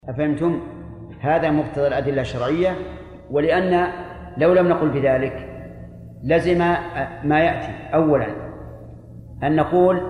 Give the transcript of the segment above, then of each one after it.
أفهمتم؟ هذا مقتضى الأدلة الشرعية. ولأن لو لم نقل بذلك لزم ما يأتي أولا أن نقول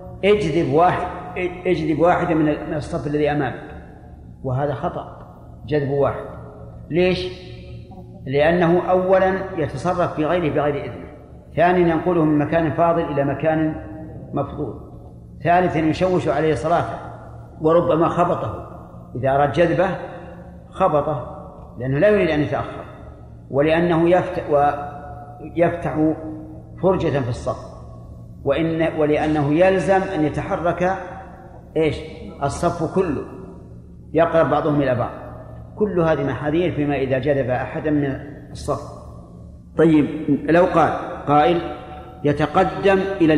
اجذب واحدا من الصف الذي أمامك، وهذا خطأ. جذب واحد ليش؟ لأنه أولا يتصرف في غيره بغير إذنه، ثانيا ينقله من مكان فاضل إلى مكان مفضول، ثالثا يشوش عليه صلاته وربما خبطه. إذا أراد جذبه خبطه لأنه لا يريد أن يتأخر، ولأنه يفتح فرجة في الصف، ولأنه يلزم أن يتحرك الصف كله، يقرب بعضهم إلى بعض. كل هذه محاذير فيما إذا جذب أحدا من الصف. طيب، لو قال قائل يتقدم إلى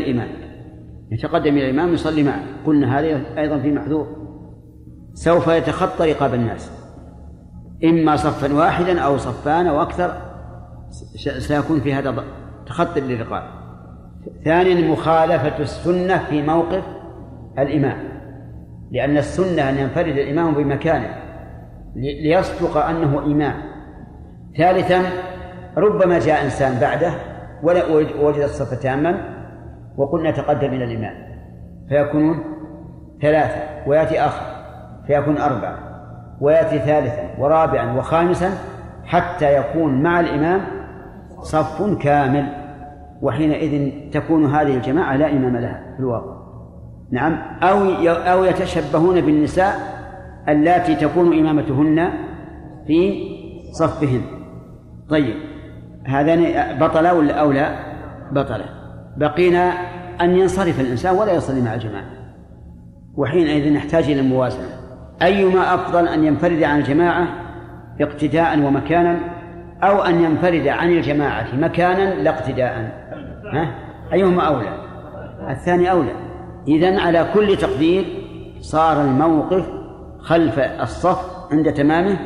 الإمام يصلي معه، قلنا هذا أيضا في محذور، سوف يتخطى رقاب الناس، إما صفا واحدا أو صفان أو أكثر، سيكون في هذا تخطي للرقاب. ثانيا مخالفة السنة في موقف الإمام، لأن السنة أن ينفرد الإمام بمكانه ليصدق أنه إمام. ثالثا ربما جاء إنسان بعده ووجد الصف تاما وقلنا تقدم إلى الإمام فيكونون 3، ويأتي آخر فيكون 4، ويأتي ثالثا ورابعا وخامسا حتى يكون مع الإمام صف كامل، وحينئذ تكون هذه الجماعة لا إمام لها في الواقع. نعم، أو يتشبهون بالنساء اللاتي تكون إمامتهن في صفهن. طيب، هذان بطلا ولا أو لا؟ بطلا. بقينا أن ينصرف الإنسان ولا يصلي مع الجماعة، وحينئذ نحتاج إلى الموازنة. أيما أفضل، أن ينفرد عن الجماعة اقتداء ومكانا، أو أن ينفرد عن الجماعة مكانا لا اقتداء؟ أيهما أولى؟ الثاني أولى. إذن على كل تقدير صار الموقف خلف الصف عند تمامه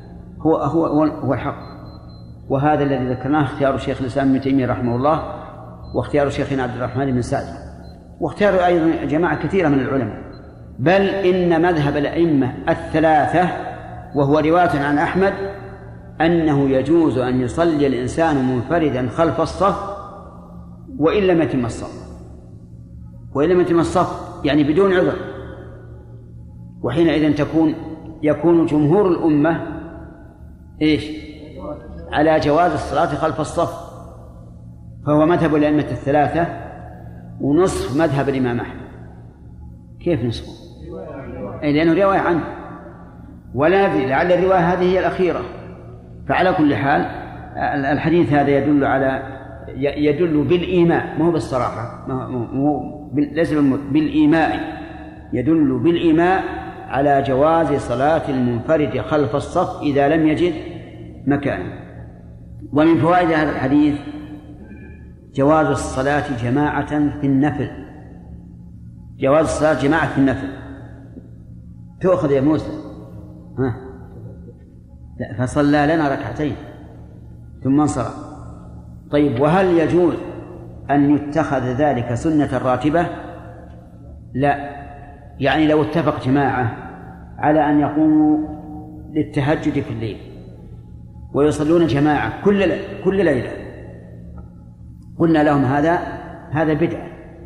هو الحق. وهذا الذي ذكرناه اختيار شيخ الإسلام ابن تيمية رحمه الله، واختيار شيخنا عبد الرحمن بن سعدي، واختيار أيضا جماعة كثيرة من العلماء. بل إن مذهب الأئمة الثلاثة، وهو رواية عن أحمد، أنه يجوز أن يصلي الإنسان منفردا خلف الصف وإن لم يتم الصف، يعني بدون عذر. وحينئذ يكون جمهور الأمة على جواز الصلاة خلف الصف، فهو مذهب الأئمة الثلاثة ونصف مذهب الإمام أحمد. كيف نصفه؟ لأنه رواية عنه، ولا ندري لعل الرواية هذه هي الأخيرة. فعلى كل حال الحديث هذا يدل بالإيماء، ما هو بالصراحة، ليس بالإيماء، يدل بالإيماء على جواز صلاة المنفرد خلف الصف إذا لم يجد مكانا. ومن فوائد هذا الحديث جواز الصلاة جماعة في النفل. جواز الصلاة جماعة في النفل. تأخذ يا موسى؟ لا، فصلى لنا ركعتين ثم انصرف. طيب، وهل يجوز أن يتخذ ذلك سنة راتبة؟ لا، يعني لو اتفق جماعة على أن يقوموا للتهجد في الليل ويصلون جماعة كل ليلة، قلنا لهم هذا بدعة.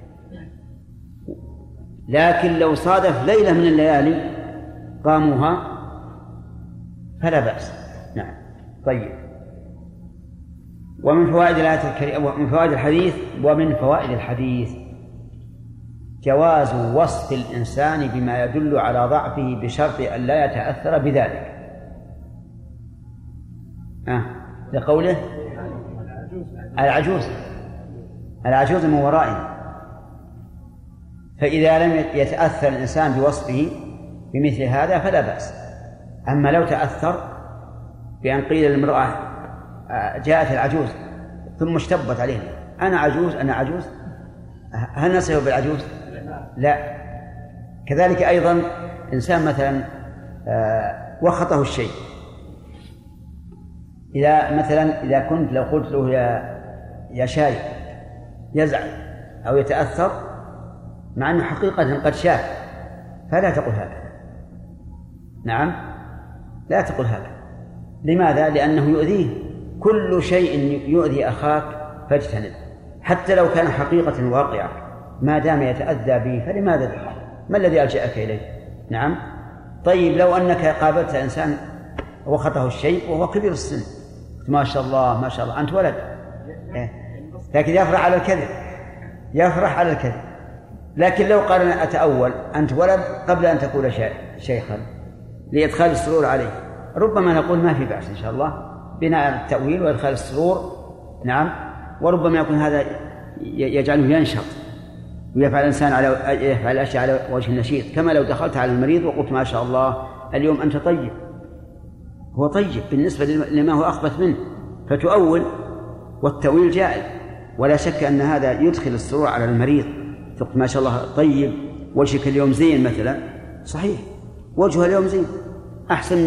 لكن لو صادف ليلة من الليالي قاموها فلا بأس. نعم. طيب، ومن فوائد الآية الكريمة ومن فوائد الحديث جواز وصف الإنسان بما يدل على ضعفه بشرط أن لا يتأثر بذلك. لقوله العجوز من ورائنا، فإذا لم يتأثر الإنسان بوصفه بمثل هذا فلا بأس. أما لو تأثر بأن قيل للمرأة جاءت العجوز ثم اشتبت عليه أنا عجوز، هل نصف بالعجوز؟ لا. كذلك أيضا إنسان مثلا وخطه الشيء، إذا كنت لو قلت له يا شاي يزعل أو يتأثر مع أنه حقيقة قد شاف، فلا تقل هذا. نعم، لا تقل هذا. لماذا؟ لأنه يؤذيه. كل شيء يؤذي أخاك فاجتنب، حتى لو كان حقيقة واقعة، ما دام يتأذى به فلماذا؟ ما الذي ألجأك إليه؟ نعم. طيب لو أنك قابلت إنسان وخطه الشيء وهو كبير السن، ما شاء الله ما شاء الله أنت ولد، لكن يفرح على الكذب، يفرح على الكذب. لكن لو قال أنا أتأول أنت ولد قبل أن تكون شيخا لإدخال السرور عليه، ربما نقول ما في بأس إن شاء الله بناء التأويل وإدخال السرور. نعم. وربما يكون هذا يجعله ينشط ويفعل الإنسان يفعل الأشياء على وجه النشيط، كما لو دخلت على المريض وقلت ما شاء الله اليوم أنت طيب، هو طيب بالنسبة لما هو أخبث منه، فتؤول. والتأويل جائز، ولا شك أن هذا يدخل السرور على المريض. تقول ما شاء الله طيب، وجهك اليوم زين مثلا، صحيح وجهه اليوم زين أحسن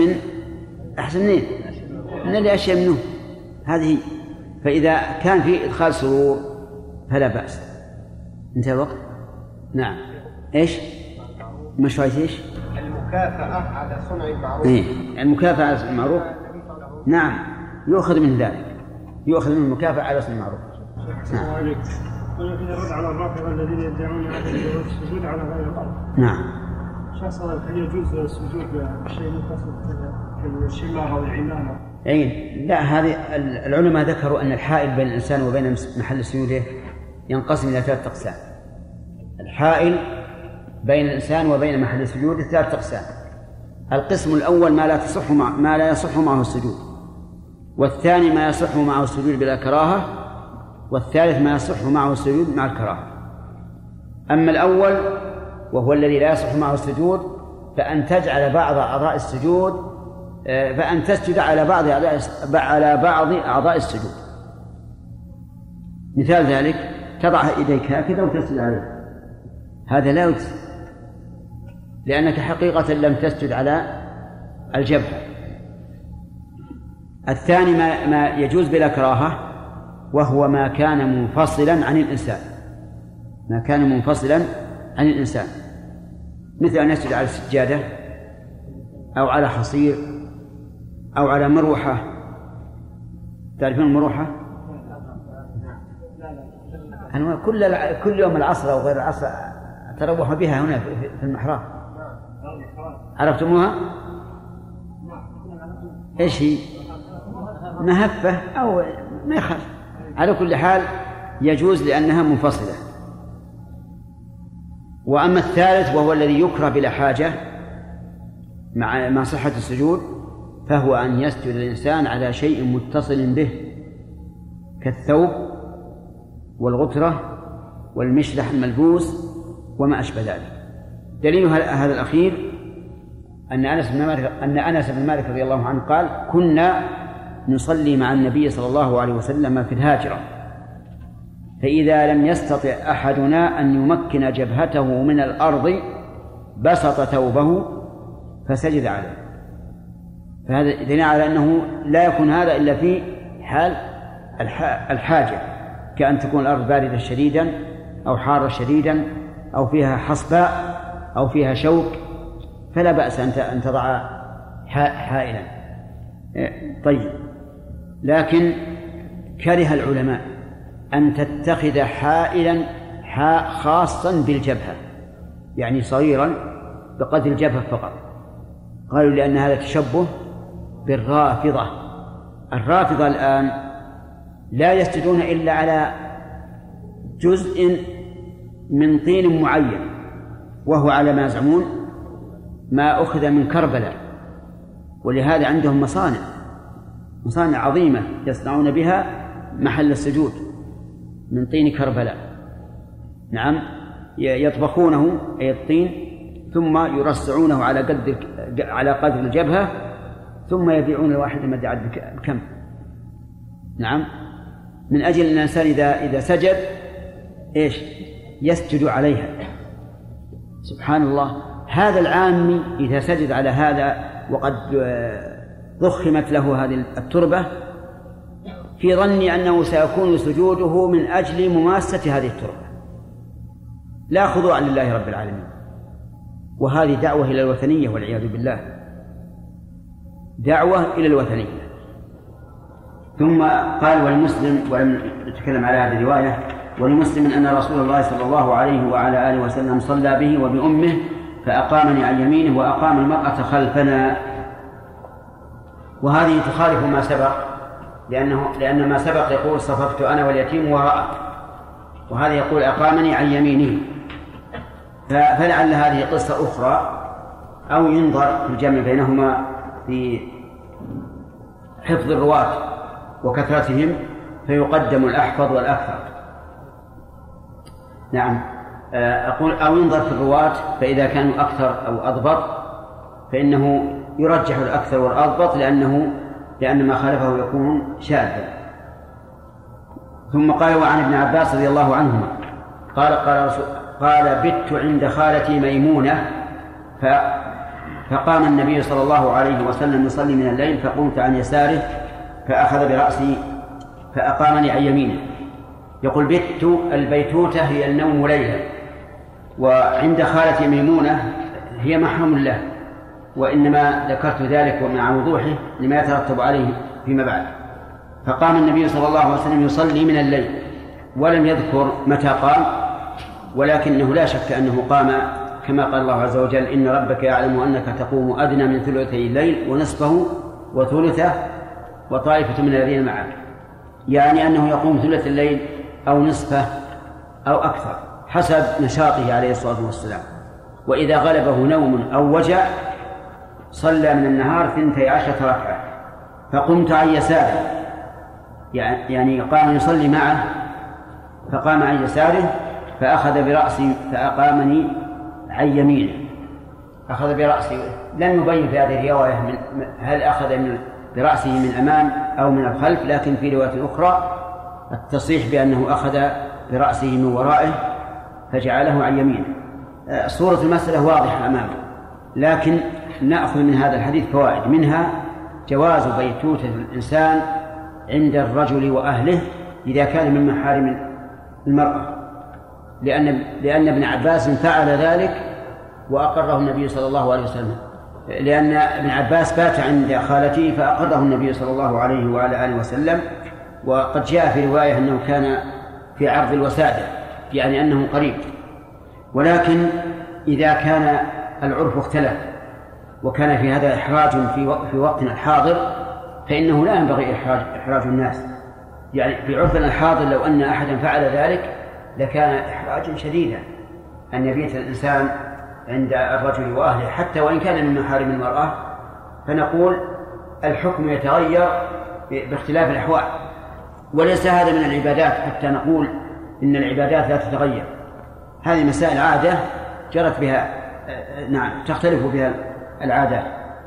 من اللي أشياء منه، هذه. فإذا كان في إدخال سرور فلا بأس. انتهى الوقت. نعم. إيش مشروعية إيش؟ المكافأة على صنع المعروف. المكافأة على صنع المعروف. نعم، يؤخذ من ذلك، يؤخذ من المكافأة على صنع المعروف. نعم. ولكن يرد على الرافضة الذين يدعون عدم السجود على غير الأرض. نعم. شخص هل يجوز السجود بشيء متصل كالشماغ أو العمامة؟ لا، هذه العلماء ذكروا أن الحائل بين الإنسان وبين محل سجوده ينقسم إلى 3 أقسام. الحائل بين الإنسان وبين محل سجوده 3 أقسام. القسم الأول ما لا يصح معه السجود، والثاني ما يصح معه السجود بلا كراهة، والثالث ما يصح معه السجود مع الكراهة. أما الأول وهو الذي لا يصح معه السجود فأن تجعل بعض أعضاء السجود، فأن تسجد على بعض أعضاء السجود. مثال ذلك تضع يديك هكذا وتسجد عليه، هذا لا يجوز، لأنك حقيقة لم تسجد على الجبهة. الثاني ما يجوز بلا كراهة، وهو ما كان منفصلا عن الإنسان، ما كان منفصلا عن الإنسان، مثل أن يسجد على السجادة أو على حصير أو على مروحة. تعرفون المروحة؟ أنا كل يوم العصر أو غير العصر أتروح بها هنا في المحراب. عرفتموها؟ إيش هي؟ مهفة أو ما يخالف، على كل حال يجوز لأنها منفصلة. وأما الثالث وهو الذي يكره بلا حاجة مع صحة السجود، فهو أن يسجد الإنسان على شيء متصل به كالثوب والغترة والمشلح الملبوس وما أشبه ذلك. دليل هذا الأخير أن أنس بن مالك رضي الله عنه قال: كنا نصلي مع النبي صلى الله عليه وسلم في الهاجرة، فإذا لم يستطع أحدنا أن يمكن جبهته من الأرض بسط ثوبه فسجد عليه. فهذا دليل على أنه لا يكون هذا إلا في حال الحاجة، كأن تكون الأرض باردة شديدا أو حارة شديدا أو فيها حصباء أو فيها شوك، فلا بأس أن تضع حائلا. طيب، لكن كره العلماء أن تتخذ حائلا خاصا بالجبهة، يعني صغيرا بقدر الجبهة فقط. قالوا لأن هذا تشبه بالرافضة. الرافضة الآن لا يسجدون إلا على جزء من طين معين، وهو على ما يزعمون ما أخذ من كربلاء، ولهذا عندهم مصانع عظيمة يصنعون بها محل السجود من طين كربلاء. نعم، يطبخونه أي الطين ثم يرصعونه على قدر الجبهة، ثم يبيعون الواحد المدعى بكم. نعم، من أجل أن الإنسان إذا سجد إيش يسجد عليها. سبحان الله، هذا العامي إذا سجد على هذا وقد ضخمت له هذه التربة، في ظني أنه سيكون سجوده من أجل مماسة هذه التربة، لا خضوعا لله رب العالمين، وهذه دعوة إلى الوثنية والعياذ بالله. دعوة إلى الوثنية. ثم قال والمسلم، ولم نتكلم على هذه الرواية، والمسلم أن رسول الله صلى الله عليه وعلى آله وسلم صلى به وبأمه فأقامني عن يمينه وأقام المرأة خلفنا. وهذه تخالف ما سبق، لأن ما سبق يقول صففت أنا واليتيم وراءه، وهذا يقول أقامني عن يمينه. فلعل هذه قصة أخرى، أو ينظر في الجمع بينهما في حفظ الرواة وكثرتهم فيقدم الأحفظ والأكثر. نعم، أقول أو ينظر في الرواة فإذا كانوا أكثر أو أضبط فإنه يرجح الأكثر والأضبط، لأن ما خالفه يكون شاذا. ثم قال وعن ابن عباس رضي الله عنهما قال بت عند خالتي ميمونة فقام النبي صلى الله عليه وسلم يصلي من الليل فقمت عن يساره فأخذ برأسي فأقامني عن يمينه. يقول بت البيتوتة هي النوم ليلا، وعند خالتي ميمونة هي محرم له، وإنما ذكرت ذلك مع وضوحه لما يترتب عليه فيما بعد. فقام النبي صلى الله عليه وسلم يصلي من الليل ولم يذكر متى قام، ولكنه لا شك أنه قام كما قال الله عز وجل إن ربك يعلم أنك تقوم أدنى من ثلثي الليل ونصفه وثلثه وطائفة من الذين معك، يعني أنه يقوم ثلث الليل أو نصفه أو أكثر حسب نشاطه عليه الصلاة والسلام. وإذا غلبه نوم أو وجع صلى من النهار 12 ركعة. فقمت عن يساره، يعني قام يصلي معه فقام عن يساره فأخذ برأسي فأقامني عن يمينه. أخذ برأسي، لن نبين في هذه الرواية هل أخذ برأسه من الأمام أو من الخلف، لكن في رواية أخرى التصريح بأنه أخذ برأسه من ورائه فجعله عن يمينه. صورة المسألة واضحة أمامه، لكن نأخذ من هذا الحديث فوائد، منها جواز بيتوتة الإنسان عند الرجل وأهله إذا كان من محارم المرأة، لأن ابن عباس فعل ذلك وأقره النبي صلى الله عليه وسلم، لأن ابن عباس بات عند خالته فأقره النبي صلى الله عليه وعلى آله وسلم. وقد جاء في رواية أنه كان في عرض الوسادة، يعني أنه قريب. ولكن إذا كان العرف اختلف وكان في هذا إحراج في وقتنا الحاضر فإنه لا ينبغي إحراج الناس. يعني في عرفنا الحاضر لو أن أحدا فعل ذلك لكان إحراجا شديدا أن يبيت الإنسان عند الرجل وأهله حتى وإن كان من محارم المرأة. فنقول الحكم يتغير باختلاف الأحوال، وليس هذا من العبادات حتى نقول إن العبادات لا تتغير. هذه مسائل عادة جرت بها، نعم تختلف بها العادات.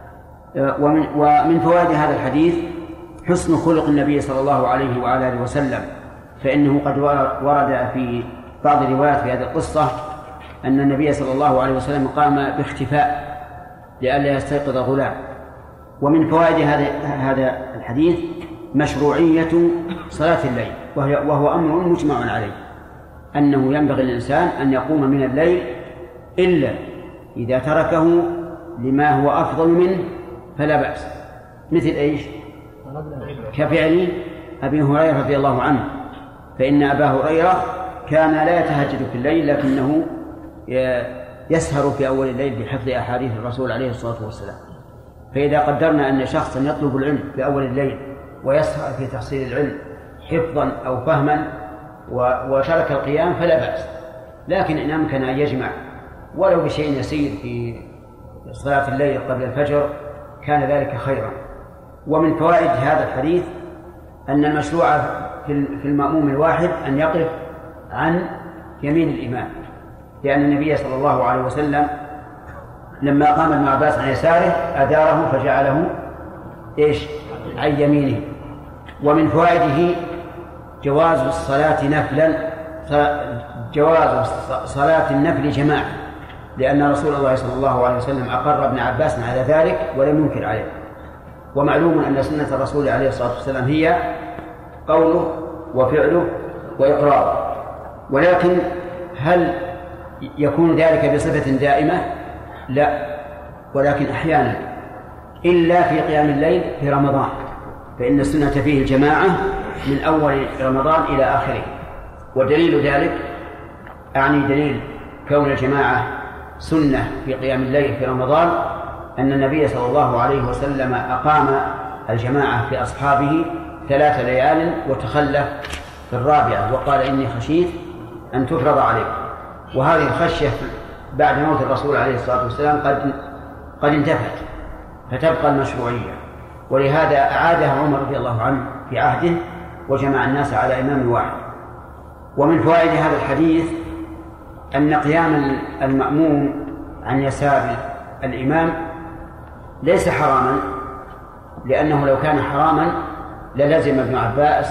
ومن فوائد هذا الحديث حسن خلق النبي صلى الله عليه وعلى آله وسلم، فإنه قد ورد في بعض الروايات في هذه القصة أن النبي صلى الله عليه وسلم قام باختفاء لئلا يستيقظ غلام. ومن فوائد هذا الحديث مشروعية صلاة الليل، وهو أمر مجمع عليه، أنه ينبغي للإنسان أن يقوم من الليل إلا إذا تركه لما هو أفضل منه فلا بأس. مثل إيش؟ كفعل أبي هريرة رضي الله عنه، فإن أبا هريرة كان لا يتهجد في الليل لكنه يسهر في أول الليل بحفظ أحاديث الرسول عليه الصلاة والسلام. فإذا قدرنا أن شخصا يطلب العلم في أول الليل ويسهر في تحصيل العلم حفظا أو فهما وترك القيام فلا بأس، لكن إن أمكن أن يجمع ولو بشيء يسير في صلاة الليل قبل الفجر كان ذلك خيرا. ومن فوائد هذا الحديث أن المشروع في المأموم الواحد أن يقف عن يمين الإمام، لأن النبي صلى الله عليه وسلم لما قام ابن عباس عن يساره أداره فجعله عن يمينه. ومن فوائده جواز صلاة النفل جماعة، لأن رسول الله صلى الله عليه وسلم أقر ابن عباس على ذلك ولم ينكر عليه. ومعلوم أن سنة الرسول عليه الصلاة والسلام هي قوله وفعله وإقراره، ولكن هل يكون ذلك بصفة دائمة؟ لا، ولكن أحيانا إلا في قيام الليل في رمضان، فإن السنة فيه الجماعة من أول رمضان إلى آخره. ودليل ذلك أعني دليل كون الجماعة سنة في قيام الليل في رمضان أن النبي صلى الله عليه وسلم أقام الجماعة في أصحابه 3 ليال وتخلف في الرابعة وقال إني خشيت أن تفرض عليكم. وهذه الخشية بعد موت الرسول عليه الصلاة والسلام قد انتفت، فتبقى المشروعية، ولهذا أعادها عمر رضي الله عنه في عهده وجمع الناس على إمام واحد. ومن فوائد هذا الحديث أن قيام المأموم عن يسار الإمام ليس حراما، لأنه لو كان حراما للزم ابن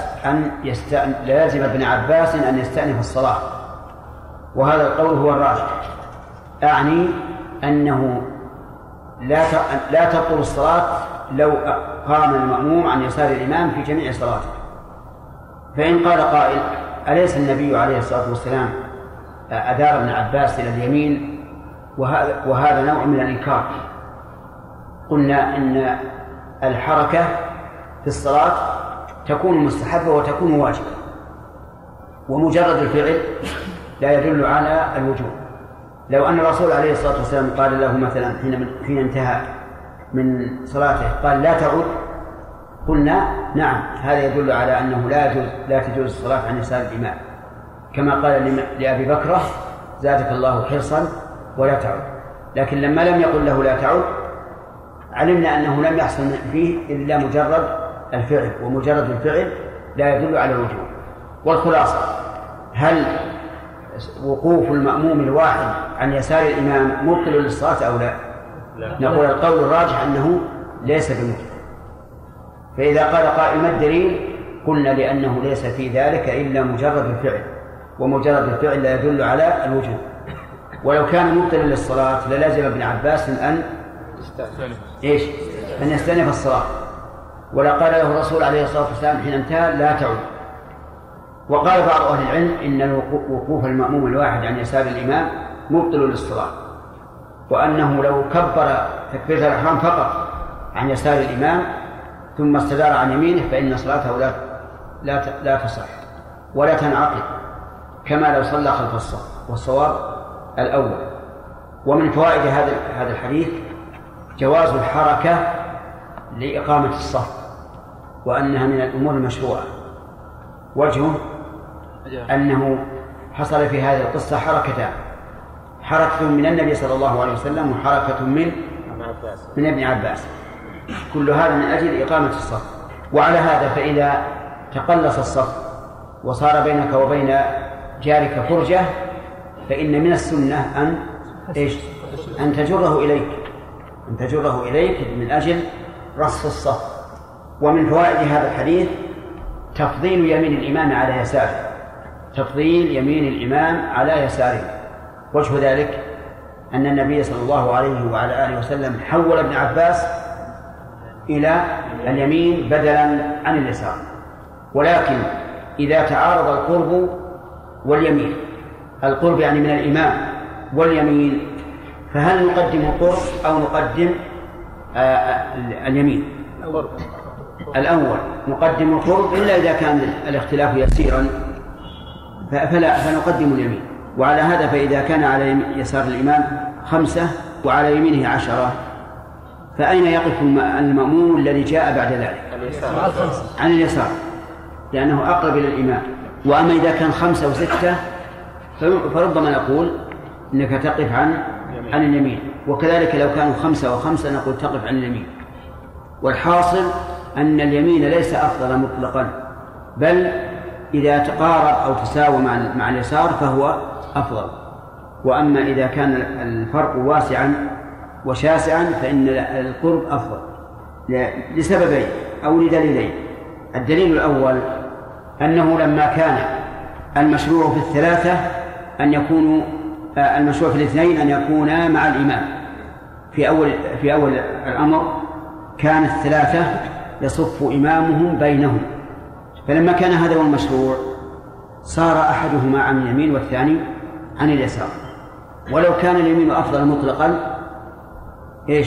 عباس أن يستأنف الصلاة، وهذا القول هو الراجح. أعني أنه لا تبطل الصلاة لو قام المأموم عن يسار الإمام في جميع صلاته. فإن قال قائل أليس النبي عليه الصلاة والسلام أدار ابن عباس إلى اليمين وهذا نوع من الإنكار؟ قلنا إن الحركة في الصلاة تكون مستحبة وتكون واجبة، ومجرد الفعل لا يدل على الوجوب. لو أن الرسول عليه الصلاة والسلام قال له مثلا حين انتهى من صلاته قال لا تعود، قلنا نعم هذا يدل على أنه لا تجوز الصلاة عن يسار الإمام، كما قال لأبي بكرة زادك الله حرصا ولا تعود. لكن لما لم يقل له لا تعود علمنا أنه لم يحصل فيه إلا مجرد الفعل، ومجرد الفعل لا يدل على الوجوب. والخلاصة هل وقوف المأموم الواحد عن يسار الإمام مبطل للصلاة أو لا؟ نقول القول الراجح أنه ليس بمبطل. فإذا قال قائل ما الدليل؟ قلنا لأنه ليس في ذلك إلا مجرد الفعل، ومجرد الفعل لا يدل على الوجوب. ولو كان مبطلا للصلاة للازم ابن عباس أن يستأنف الصلاة، ولا قال له الرسول عليه الصلاة والسلام حين انتهى لا تعود. وقال بعض أهل العلم إن وقوف المأموم الواحد عن يسار الإمام مبطل للصلاة، وأنه لو كبر تكبيرة الإحرام فقط عن يسار الإمام ثم استدار عن يمينه فإن صلاته لا تصح ولا تنعقد كما لو صلى خلف الصف، والصواب الأول. ومن فوائد هذا الحديث جواز الحركة لإقامة الصف، وأنها من الأمور المشروعة. وجهه أنه حصل في هذه القصة حركتان: حركة من النبي صلى الله عليه وسلم وحركة من ابن عباس، كل هذا من أجل إقامة الصف. وعلى هذا فإذا تقلص الصف وصار بينك وبين جارك فرجة فإن من السنة أن تجره إليك من أجل رص الصف. ومن فوائد هذا الحديث تفضيل يمين الإمام على يساره، تفضيل يمين الإمام على يساره. وجه ذلك أن النبي صلى الله عليه وعلى آله وسلم حول ابن عباس إلى اليمين بدلا عن اليسار. ولكن إذا تعارض القرب واليمين، القرب يعني من الإمام واليمين، فهل نقدم القرب أو نقدم اليمين؟ الأول نقدم القرب إلا إذا كان الاختلاف يسيرا فنقدم اليمين. وعلى هذا فإذا كان على يسار الإمام 5 وعلى يمينه 10 فأين يقف المأموم الذي جاء بعد ذلك؟ عن اليسار، لأنه أقرب إلى الإمام. وأما إذا كان 5 و6 فربما نقول إنك تقف عن اليمين، وكذلك لو كانوا 5 و5 نقول تقف عن اليمين. والحاصل أن اليمين ليس أفضل مطلقا، بل إذا تقارب أو تساوى مع اليسار فهو أفضل. وأما إذا كان الفرق واسعا وشاسعا فإن القرب أفضل لسببين أو لدليلين. الدليل الأول أنه لما كان المشروع في الثلاثة أن يكونوا المشروع في الاثنين أن يكونا مع الإمام في أول الأمر كان الثلاثة يصف إمامهم بينهم، فلما كان هذا هو المشروع صار أحدهما عن اليمين والثاني عن اليسار. ولو كان اليمين أفضل مطلقا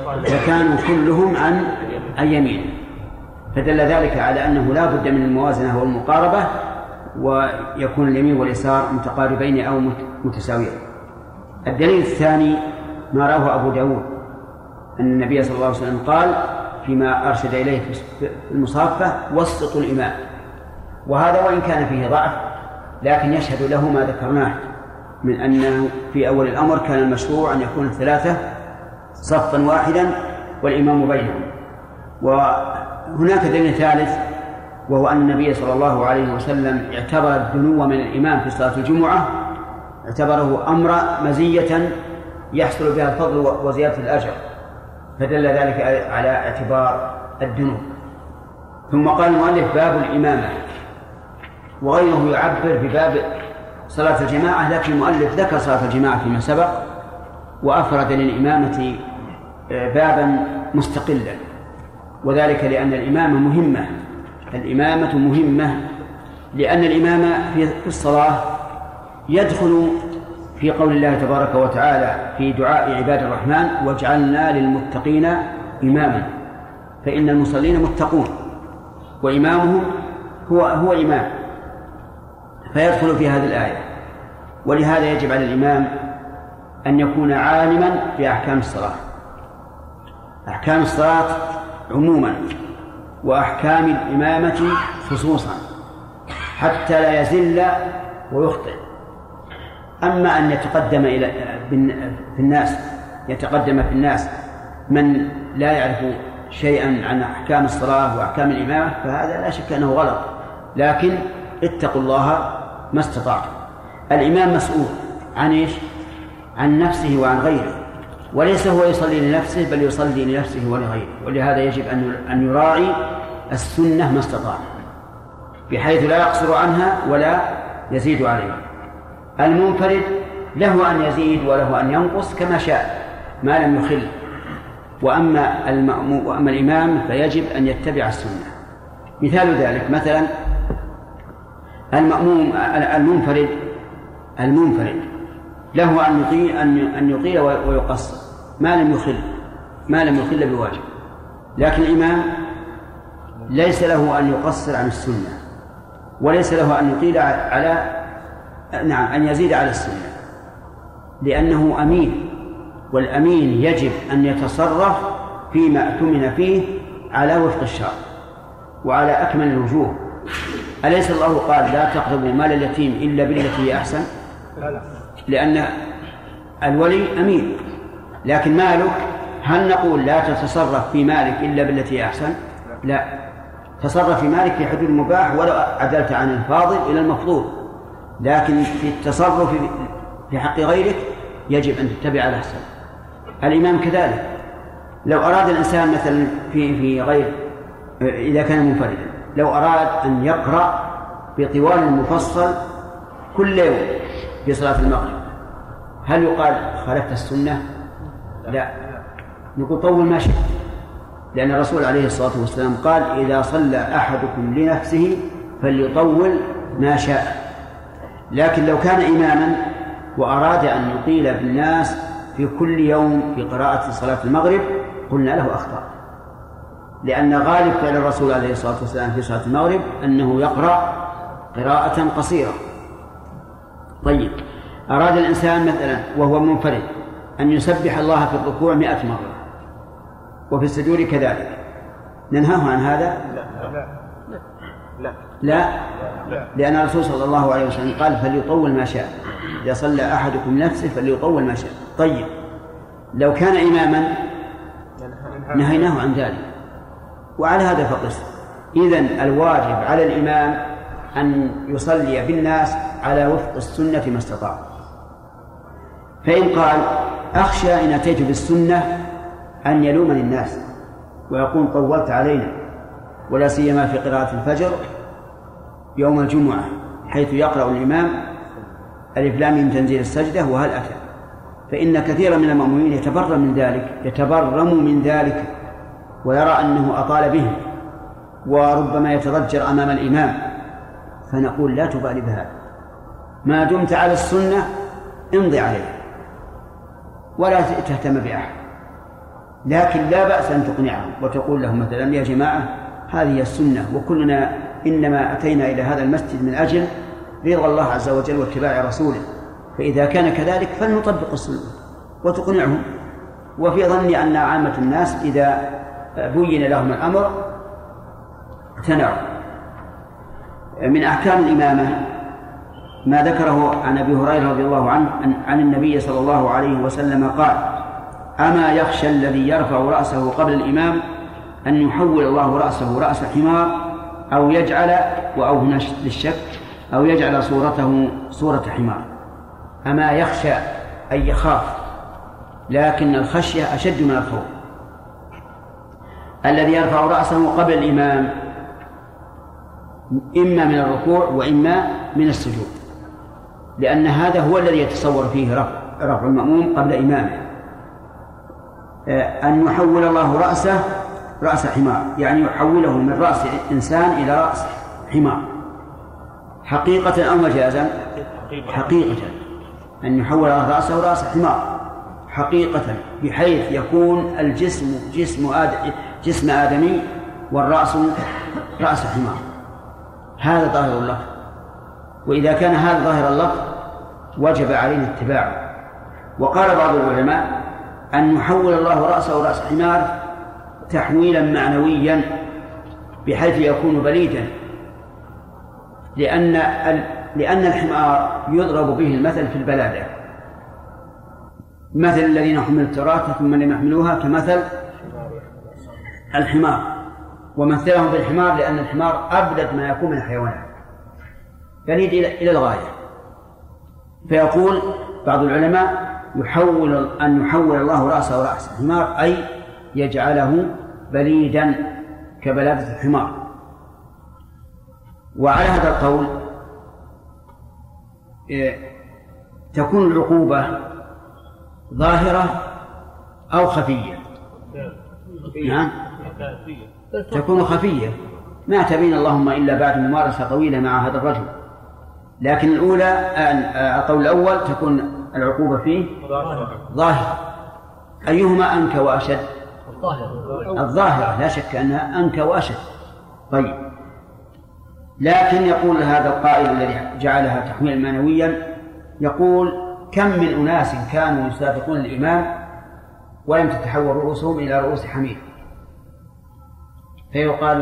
فكانوا كلهم عن يمينه، فدل ذلك على أنه لا بد من الموازنة والمقاربة، ويكون اليمين واليسار متقاربين أو متساويين. الدليل الثاني ما رواه أبو داود أن النبي صلى الله عليه وسلم قال فيما أرشد إليه في المصافة: وسطوا الإمام. وهذا وإن كان فيه ضعف لكن يشهد له ما ذكرناه من أنه في أول الأمر كان المشروع أن يكون الثلاثة صفا واحدا والإمام بينهم. وهناك دليل ثالث، وهو أن النبي صلى الله عليه وسلم اعتبر الدنو من الإمام في صلاة الجمعة، اعتبره أمر مزية يحصل بها الفضل وزيادة الأجر، فدل ذلك على اعتبار الدنو. ثم قال المؤلف: باب الإمامة. وغيره يعبر بباب صلاة الجماعة، لكن المؤلف ذكر صلاة الجماعة فيما سبق وأفرد للإمامة بابا مستقلا، وذلك لأن الإمامة مهمة، لأن الإمامة في الصلاة يدخل في قول الله تبارك وتعالى في دعاء عباد الرحمن: واجعلنا للمتقين إماما، فإن المصلين متقون وإمامهم هو إمام، فيدخل في هذه الآية. ولهذا يجب على الإمام أن يكون عالما بأحكام الصلاة، أحكام الصلاة عموما وأحكام الإمامة خصوصا، حتى لا يزل ويخطئ. أما أن يتقدم في الناس من لا يعرف شيئا عن أحكام الصلاة وأحكام الإمامة، فهذا لا شك أنه غلط، لكن اتقوا الله ما استطعتم. الإمام مسؤول عن إيش؟ عن نفسه وعن غيره، وليس هو يصلي لنفسه بل يصلي لنفسه ولغيره. ولهذا يجب أن يراعي السنة ما استطاع، بحيث لا يقصر عنها ولا يزيد عليها. المنفرد له أن يزيد وله أن ينقص كما شاء ما لم يخل، وأما الإمام فيجب أن يتبع السنة. مثال ذلك مثلا المنفرد له أن يطيل ويقصر ما لم يخل بواجب، لكن الإمام ليس له أن يقصر عن السنة، وليس له أن يطيل أن يزيد على السنة، لأنه أمين، والأمين يجب أن يتصرف فيما اؤتمن فيه على وفق الشرع وعلى أكمل الوجوه. أليس الله قال: لا تقربوا مال اليتيم إلا بالتي هي أحسن؟ لأن الولي أمين، لكن مالك هل نقول لا تتصرف في مالك إلا بالتي هي أحسن؟ لا، تصرف في مالك في حدود المباح ولو عدلت عن الفاضل إلى المفضول، لكن في التصرف في حق غيرك يجب أن تتبع الأحسن. الإمام كذلك، لو أراد الإنسان مثلا في غير، إذا كان منفردا، لو أراد أن يقرأ بطوال مفصل كل يوم في صلاة المغرب، هل يقال خالفت السنة؟ لا، نقول طول ما شئت، لأن الرسول عليه الصلاة والسلام قال: إذا صلى أحدكم لنفسه فليطول ما شاء. لكن لو كان إماما وأراد أن يطيل بالناس في كل يوم في قراءة صلاة المغرب قلنا له أخطأ، لأن غالب فعل الرسول عليه الصلاة والسلام في صلاة المغرب أنه يقرأ قراءة قصيرة. طيب، أراد الإنسان مثلا وهو منفرد أن يسبح الله في الركوع 100 مرة وفي السجود كذلك، ننهاه عن هذا؟ لا، لأن الرسول صلى الله عليه وسلم قال: فليطول ما شاء، إذا صلى أحدكم نفسه فليطول ما شاء. طيب، لو كان إماما نهيناه عن ذلك، وعلى هذا فقس. إذن الواجب على الإمام أن يصلي بالناس على وفق السنة ما استطاع. فإن قال: أخشى إن أتيت بالسنة أن يلومني الناس ويقول طولت علينا، ولا سيما في قراءة الفجر يوم الجمعة حيث يقرأ الإمام ألف لام ميم تنزيل السجدة وهل أتى، فإن كثيرا من المأمومين يتبرم من ذلك ويرى أنه أطال به، وربما يتضجر أمام الإمام. فنقول: لا تبالي بهذا، ما دمت على السنة امضي عليه ولا تهتم بأحد، لكن لا بأس أن تقنعهم وتقول لهم مثلا يا جماعة هذه السنة وكلنا إنما أتينا إلى هذا المسجد من أجل رضا الله عز وجل واتباع رسوله، فإذا كان كذلك فلنطبق السنة وتقنعهم. وفي ظني أن عامة الناس إذا بين لهم الأمر اقتنعوا. من أحكام الإمامة ما ذكره عن أبي هريرة رضي الله عنه عن النبي صلى الله عليه وسلم قال: أما يخشى الذي يرفع رأسه قبل الإمام أن يحول الله رأسه رأس حمار أو يجعل وأو هنا للشك أو يجعل صورته صورة حمار. أما يخشى أي يخاف، لكن الخشية أشد من الخوف. الذي يرفع رأسه قبل الإمام إما من الركوع وإما من السجود، لأن هذا هو الذي يتصور فيه رفع المأموم قبل إمامه. أن يحول الله رأسه رأس حمار، يعني يحوله من رأس إنسان إلى رأس حمار، حقيقة أو مجازا؟ حقيقة. أن يحول رأسه رأس حمار حقيقة، بحيث يكون الجسم جسم آدمي والرأس رأس حمار. هذا ظاهر اللفظ، وإذا كان هذا ظاهر اللفظ وجب علينا اتباعه. وقال بعض العلماء أن يحول الله رأسه رأس حمار تحويلا معنويا بحيث يكون بليدا، لأن الحمار يضرب به المثل في البلادة، مثل الذين حملوا التوراة ثم لم يحملوها كمثل الحمار، ومثلهم بالحمار لأن الحمار أبلد ما يكون من الحيوانات، بليد إلى الغاية. فيقول بعض العلماء أن يحول الله رأسه رأس الحمار أي يجعله بليدا كبلادة الحمار. وعلى هذا القول تكون العقوبة ظاهرة أو خفية. نعم، تكون خفية ما تبين اللهم إلا بعد ممارسة طويلة مع هذا الرجل. لكن الأولى القول الأول تكون العقوبة فيه ظاهرة. أيهما أنكى وأشد؟ الظاهرة لا شك أنها أنكى وأشد. طيب، لكن يقول هذا القائل الذي جعلها تحويلا معنويا، يقول كم من أناس كانوا يسابقون الإمام ولم تتحول رؤوسهم إلى رؤوس حمير، فيقال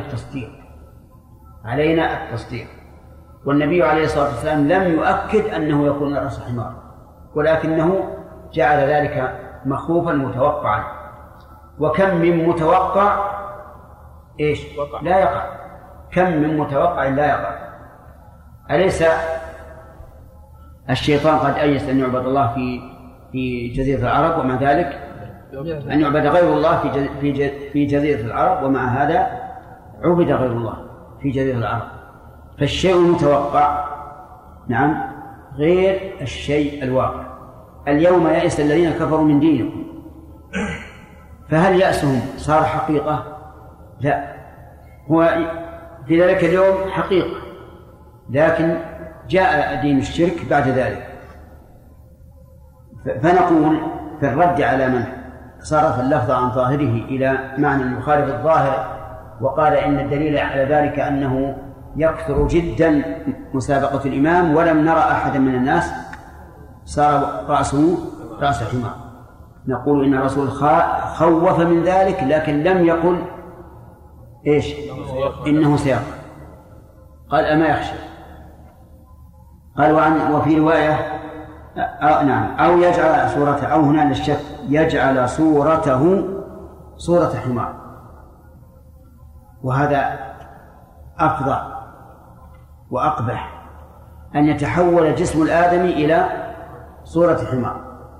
علينا التصديق. والنبي عليه الصلاة والسلام لم يؤكد أنه يكون رأس حمار، ولكنه جعل ذلك مخوفا متوقعا. وكم من متوقع لا يقع، كم من متوقع لا يقع. أليس الشيطان قد أيس أن يعبد الله في جزيرة العرب، ومع ذلك أن يعبد غير الله في جزيرة العرب، ومع هذا عبد غير الله في جزيرة العرب. فالشيء المتوقع نعم غير الشيء الواقع. اليوم يئس الذين كفروا من دينكم، فهل يأسهم صار حقيقة؟ لا، هو في ذلك اليوم حقيقة، لكن جاء دين الشرك بعد ذلك. فنقول في الرد على من صرف اللفظ عن ظاهره إلى معنى يخالف الظاهر وقال إن الدليل على ذلك أنه يكثر جدا مسابقة الإمام ولم نرى أحدا من الناس صار رأسه رأس حمار، نقول إن الرسول خوف من ذلك، لكن لم يقل إنه سيقع. قال أما يخشى. قال وفي رواية أو يجعل صورته، أو هنا للشك، يجعل صورته صورة حمار، وهذا أفضل وأقبح، أن يتحول جسم الآدمي إلى صورة حمار،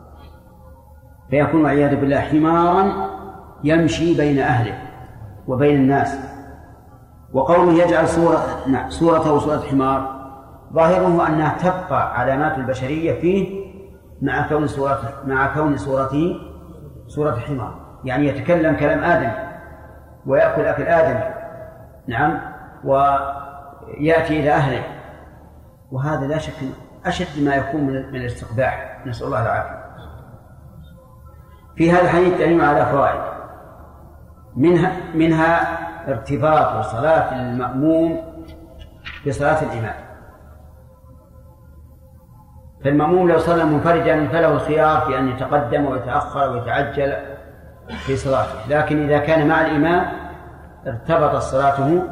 فيكون والعياذ بالله حمارا يمشي بين أهله وبين الناس. وقوله يجعل صورته صورة حمار ظاهره أنها تبقى علامات البشرية فيه مع كون صورته صورة حمار، يعني يتكلم كلام آدم ويأكل أكل آدم، نعم، ويأتي إلى أهله، وهذا لا شك أشد ما يكون من الاستقباح، نسأل الله العافية. في هذا الحديث دليل على فوائد، منها ارتباط صلاة المأموم بصلاة الإمام. فالمأموم لو صلى منفردا فله الخيار في أن يتقدم ويتأخر ويتعجل في صلاته، لكن إذا كان مع الإمام ارتبطت صلاته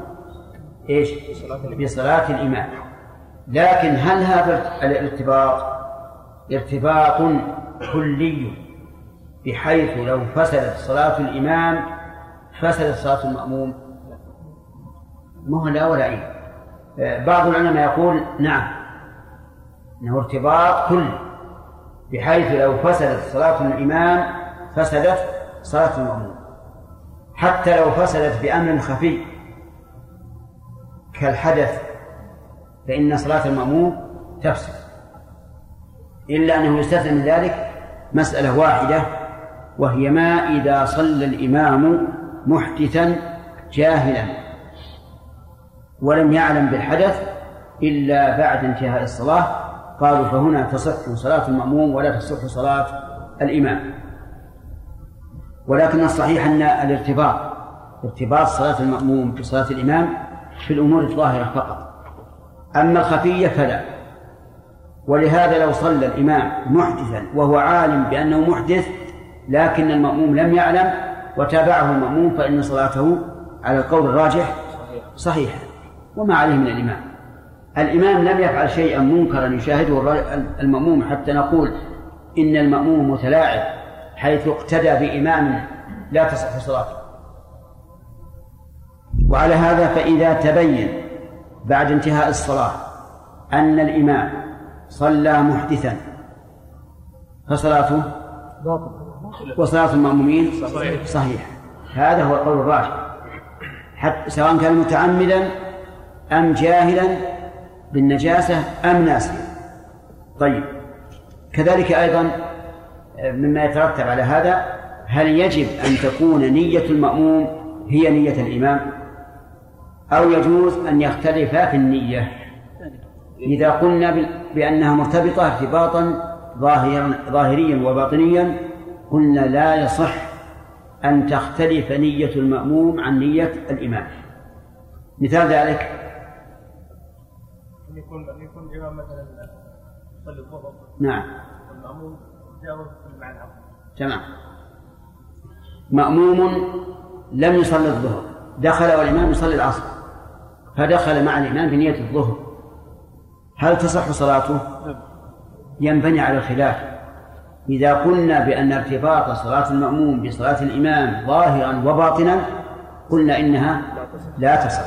بصلاة الإمام. لكن هل هذا الارتباط ارتباط كلي بحيث لو فسدت صلاة الإمام فسدت صلاة المأموم؟ ما هو لا ولا أي. بعض العلماء يقول نعم، إنه ارتباط كلي بحيث لو فسدت صلاة الإمام فسدت صلاة المأموم، حتى لو فسدت بأمر خفي كالحدث فإن صلاة المأموم تفسد، إلا أنه يستثنى من ذلك مسألة واحدة، وهي ما إذا صلى الإمام محدثا جاهلا ولم يعلم بالحدث إلا بعد انتهاء الصلاة، قالوا فهنا تصح صلاة المأموم ولا تصح صلاة الإمام. ولكن الصحيح أن ارتباط صلاة المأموم بصلاة الإمام في الأمور الظاهرة فقط، أما الخفية فلا. ولهذا لو صلى الإمام محدثا وهو عالم بأنه محدث لكن المأموم لم يعلم وتابعه المأموم فإن صلاته على القول الراجح صحيحة وما عليه من الإمام. الإمام لم يفعل شيئا منكرا يشاهده المأموم حتى نقول إن المأموم متلاعب حيث اقتدى بإمام لا تصح صلاته. وعلى هذا فإذا تبين بعد انتهاء الصلاة أن الإمام صلى محدثا فصلاته وصلاة المأمومين صحيح. هذا هو القول الراجح حتى سواء كان متعمدا أم جاهلا بالنجاسة أم ناسيا. طيب، كذلك أيضا مما يترتب على هذا هل يجب أن تكون نية المأموم هي نية الإمام أو يجوز أن يختلفا في النية؟ إذا قلنا بأنها مرتبطة ارتباطا ظاهريا وباطنيا قلنا لا يصح أن تختلف نية المأموم عن نية الإمام. مثال ذلك أن يكون الإمام مثلا يصلي الظهر نعم والمأموم جاوز مع العصر. تمام، مأموم لم يصلي الظهر دخل والإمام يصلي العصر فدخل مع الإمام بنية الظهر، هل تصح صلاته؟ ينبني على الخلاف. إذا قلنا بأن ارتباط صلاة المأموم بصلاة الإمام ظاهرا وباطنا قلنا إنها لا تصح،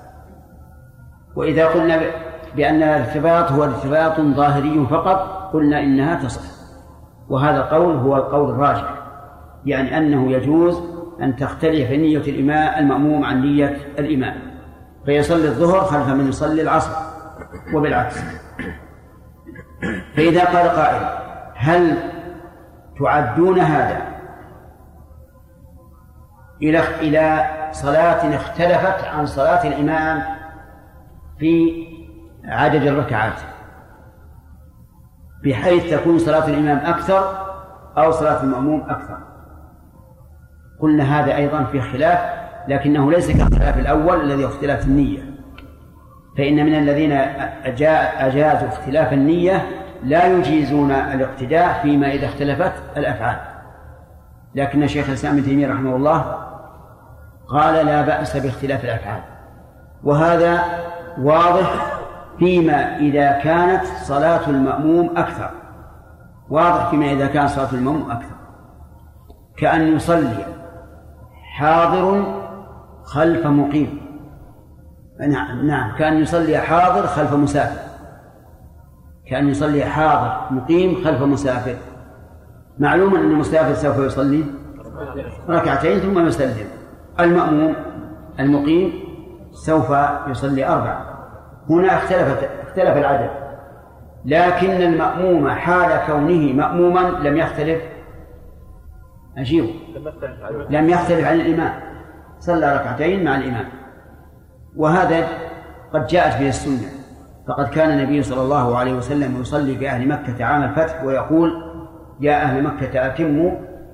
وإذا قلنا بأن الارتباط هو ارتباط ظاهري فقط قلنا إنها تصح. وهذا القول هو القول الراجح، يعني أنه يجوز أن تختلف نية المأموم عن نية الإمام، فيصلي الظهر خلف من يصلي العصر وبالعكس. فإذا قال قائل هل تعدون هذا إلى صلاة اختلفت عن صلاة الإمام في عدد الركعات بحيث تكون صلاة الإمام أكثر أو صلاة المأموم أكثر؟ قلنا هذا أيضا في خلاف، لكنه ليس كالخلاف الأول الذي اختلاف النية، فإن من الذين أجازوا اختلاف النية لا يجيزون الاقتداء فيما إذا اختلفت الأفعال، لكن الشيخ الإسلام ابن تيمية رحمه الله قال لا بأس باختلاف الأفعال، وهذا واضح فيما إذا كانت صلاة المأموم أكثر، واضح فيما إذا كانت صلاة المأموم أكثر، كأن يصلي حاضر خلف مقيم. نعم، كأن يصلي حاضر خلف مسافر، كأن يصلي حاضر مقيم خلف مسافر. معلوم أن المسافر سوف يصلي ركعتين ثم يسلم، المأموم المقيم سوف يصلي 4. هنا اختلف العدد، لكن المأموم حال كونه مأموما لم يختلف. أجيب، لم يختلف عن الإمام، صلى ركعتين مع الإمام. وهذا قد جاءت به السنة، فقد كان النبي صلى الله عليه وسلم يصلي بأهل مكة عام الفتح ويقول يا أهل مكة أتموا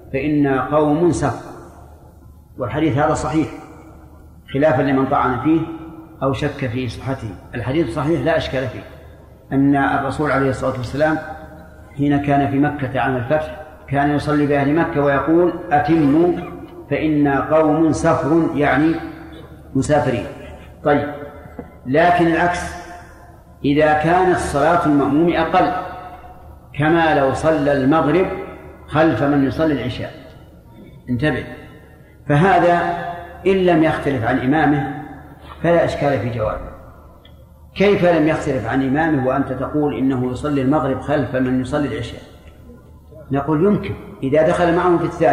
فإنا قوم سفر، والحديث هذا صحيح خلافا لمن طعن فيه أو شك في صحته. الحديث صحيح لا إشكال فيه، أن الرسول عليه الصلاة والسلام حين كان في مكة عام الفتح كان يصلي بأهل مكة ويقول أتموا فإنا قوم سفر، يعني مسافرين. طيب، لكن العكس، إذا كانت صلاة المأموم أقل كما لو صلى المغرب خلف من يصلي العشاء، انتبه، فهذا إن لم يختلف عن إمامه فلا إشكال في جوابه. كيف لم يختلف عن إمامه وأنت تقول إنه يصلي المغرب خلف من يصلي العشاء؟ نقول يمكن إذا دخل معه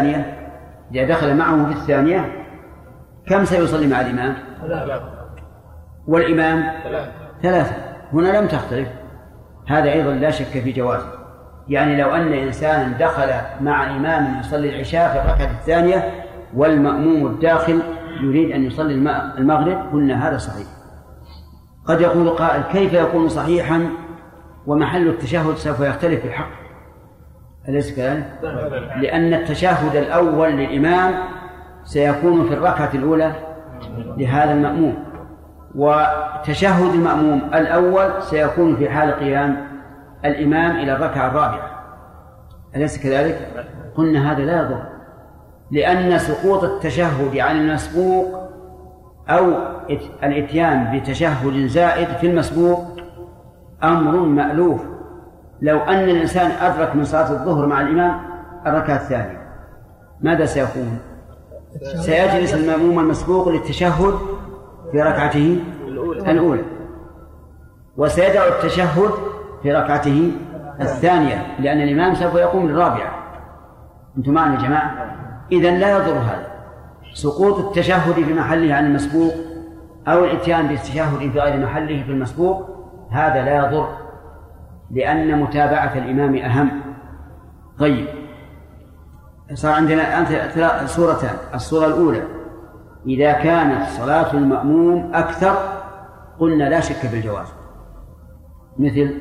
في الثانية كم سيصلي مع الإمام؟ والإمام 3. هنا لم تختلف، هذا أيضا لا شك في جوازه. يعني لو أن إنسانا دخل مع إمام يصلي العشاء في الركعة الثانية والمأموم الداخل يريد أن يصلي المغرب، قلنا هذا صحيح. قد يقول قائل كيف يكون صحيحا ومحل التشهد سوف يختلف في الحق؟ أليس كذلك؟ لأن التشهد الأول للإمام سيكون في الركعة الأولى لهذا المأموم، وتشهد المأموم الأول سيكون في حال قيام الإمام إلى الركعة الرابعة، أليس كذلك؟ قلنا هذا لا يضر، لأن سقوط التشهد عن المسبوق أو الإتيان بتشهد زائد في المسبوق أمر مألوف. لو أن الإنسان أدرك من صلاة الظهر مع الإمام الركعة الثانية ماذا سيكون؟ سيجلس المأموم المسبوق للتشهد في ركعته الأولى وسيدع التشهد في ركعته الثانية، لأن الإمام سوف يقوم للرابعة. أنتم معنا يا جماعة؟ إذن لا يضر هذا سقوط التشهد في محله عن المسبوق أو الإتيان بالتشهد في غير محله في المسبوق، هذا لا يضر لأن متابعة الإمام أهم. طيب، صار عندنا صورتان. الصورة الأولى إذا كانت صلاة المأموم أكثر قلنا لا شك بالجواز، مثل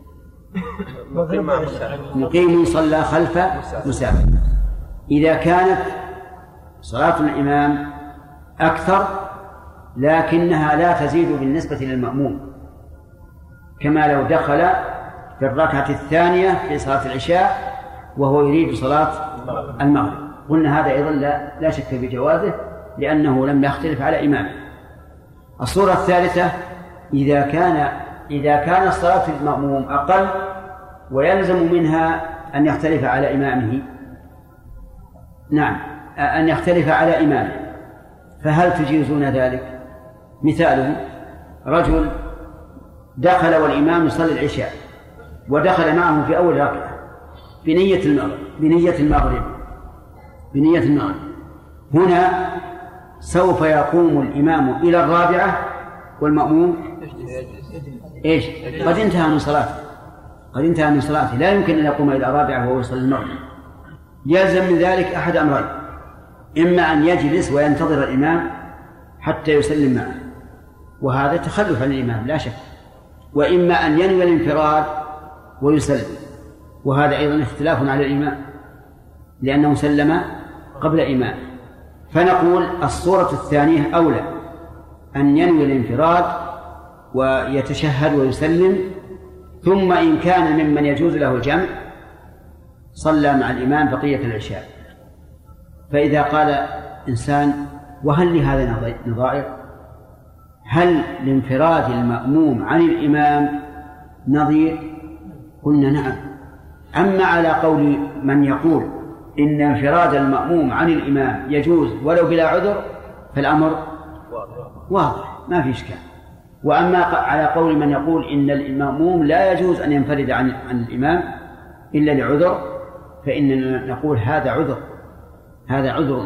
مقيم صلى خلف مسافر. إذا كانت صلاة الإمام أكثر لكنها لا تزيد بالنسبة للمأموم، كما لو دخل في الركعة الثانية في صلاة العشاء وهو يريد صلاة المغرب، قلنا هذا أيضا لا شك بجوازه لأنه لم يختلف على إمامه. الصورة الثالثة إذا كان صلاة المأموم أقل ويلزم منها أن يختلف على إمامه، نعم، أن يختلف على إمامه، فهل تجيزون ذلك؟ مثاله رجل دخل والإمام يصلي العشاء ودخل معه في أول ركعة بنية المغرب، هنا سوف يقوم الإمام إلى الرابعة والمأموم قد انتهى من صلاته، لا يمكن أن يقوم إلى الرابعة وهو يصلي المغرب. يلزم من ذلك أحد أمرين: إما أن يجلس وينتظر الإمام حتى يسلم معه، وهذا تخلف عن الإمام لا شك، وإما أن ينوي الانفراد ويسلم، وهذا أيضا اختلاف على الإمام لأنه سلم قبل إمام. فنقول الصورة الثانية أولى، أن ينوي الانفراد ويتشهد ويسلم، ثم إن كان ممن يجوز له الجمع صلى مع الإمام بقية العشاء. فإذا قال إنسان وهل لهذا نظائر؟ هل لانفراد المأموم عن الإمام نظير؟ قلنا نعم. أما على قول من يقول إن انفراد المأموم عن الإمام يجوز ولو بلا عذر فالأمر واضح ما في إشكال. وأما على قول من يقول إن المأموم لا يجوز أن ينفرد عن الإمام إلا لعذر، فإننا نقول هذا عذر.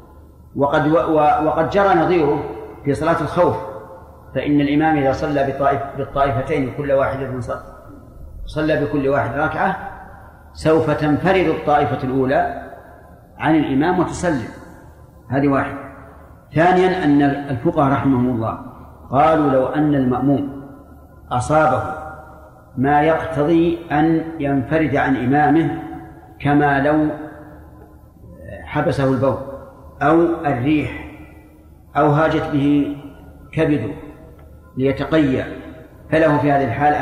وقد جرى نظيره في صلاة الخوف، فإن الإمام إذا صلى بالطائفتين كل واحد صلى بكل واحد ركعة سوف تنفرد الطائفة الأولى عن الإمام وتسلم. هذه واحد. ثانيا أن الفقهاء رحمهم الله قالوا لو أن المأموم أصابه ما يقتضي أن ينفرد عن إمامه، كما لو حبسه البول أو الريح أو هاجت به كبده ليتقيأ، فله في هذه الحال